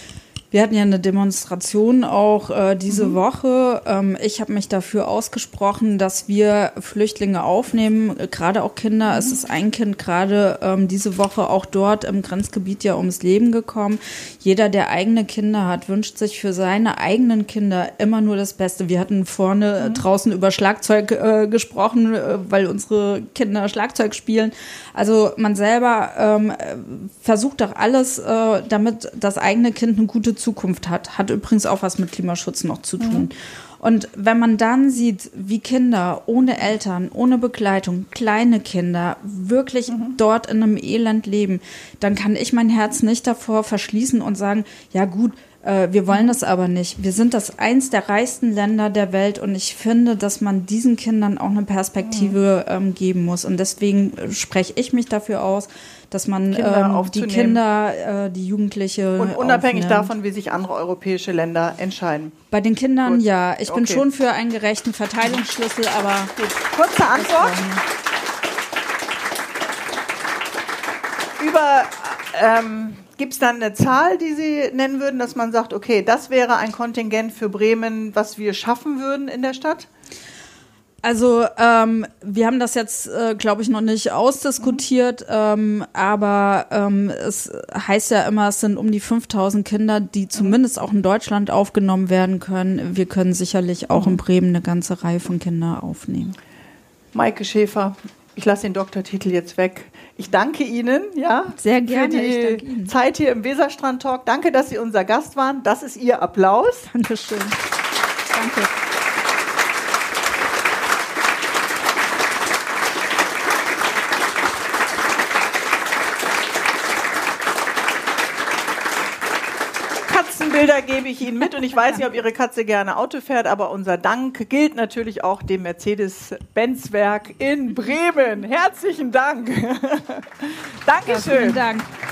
Wir hatten ja eine Demonstration auch diese Woche. Ich habe mich dafür ausgesprochen, dass wir Flüchtlinge aufnehmen, gerade auch Kinder. Es ist ein Kind gerade diese Woche auch dort im Grenzgebiet ja ums Leben gekommen. Jeder, der eigene Kinder hat, wünscht sich für seine eigenen Kinder immer nur das Beste. Wir hatten vorne draußen über Schlagzeug gesprochen, weil unsere Kinder Schlagzeug spielen. Also man selber versucht doch alles, damit das eigene Kind eine gute Zukunft hat. Hat übrigens auch was mit Klimaschutz noch zu tun. Und wenn man dann sieht, wie Kinder ohne Eltern, ohne Begleitung, kleine Kinder wirklich dort in einem Elend leben, dann kann ich mein Herz nicht davor verschließen und sagen, ja gut, wir wollen das aber nicht. Wir sind eins der reichsten Länder der Welt und ich finde, dass man diesen Kindern auch eine Perspektive geben muss. Und deswegen spreche ich mich dafür aus, dass man die Kinder, die Jugendliche und unabhängig aufnimmt. davon, wie sich andere europäische Länder entscheiden. Bei den Kindern Gut. ja. Ich bin schon für einen gerechten Verteilungsschlüssel, aber gut. Kurze Antwort. Gibt es dann eine Zahl, die Sie nennen würden, dass man sagt, okay, das wäre ein Kontingent für Bremen, was wir schaffen würden in der Stadt? Also wir haben das jetzt, glaube ich, noch nicht ausdiskutiert, aber es heißt ja immer, es sind um die 5.000 Kinder, die zumindest auch in Deutschland aufgenommen werden können. Wir können sicherlich auch in Bremen eine ganze Reihe von Kindern aufnehmen. Maike Schäfer, ich lasse den Doktortitel jetzt weg. Ich danke Ihnen, sehr gerne, für die Zeit hier im Weserstrand-Talk. Danke, dass Sie unser Gast waren. Das ist Ihr Applaus. Dankeschön. Danke. Katzenbilder gebe ich Ihnen mit und ich weiß nicht, ob Ihre Katze gerne Auto fährt, aber unser Dank gilt natürlich auch dem Mercedes-Benz-Werk in Bremen. Herzlichen Dank. Dankeschön. Ja, vielen Dank.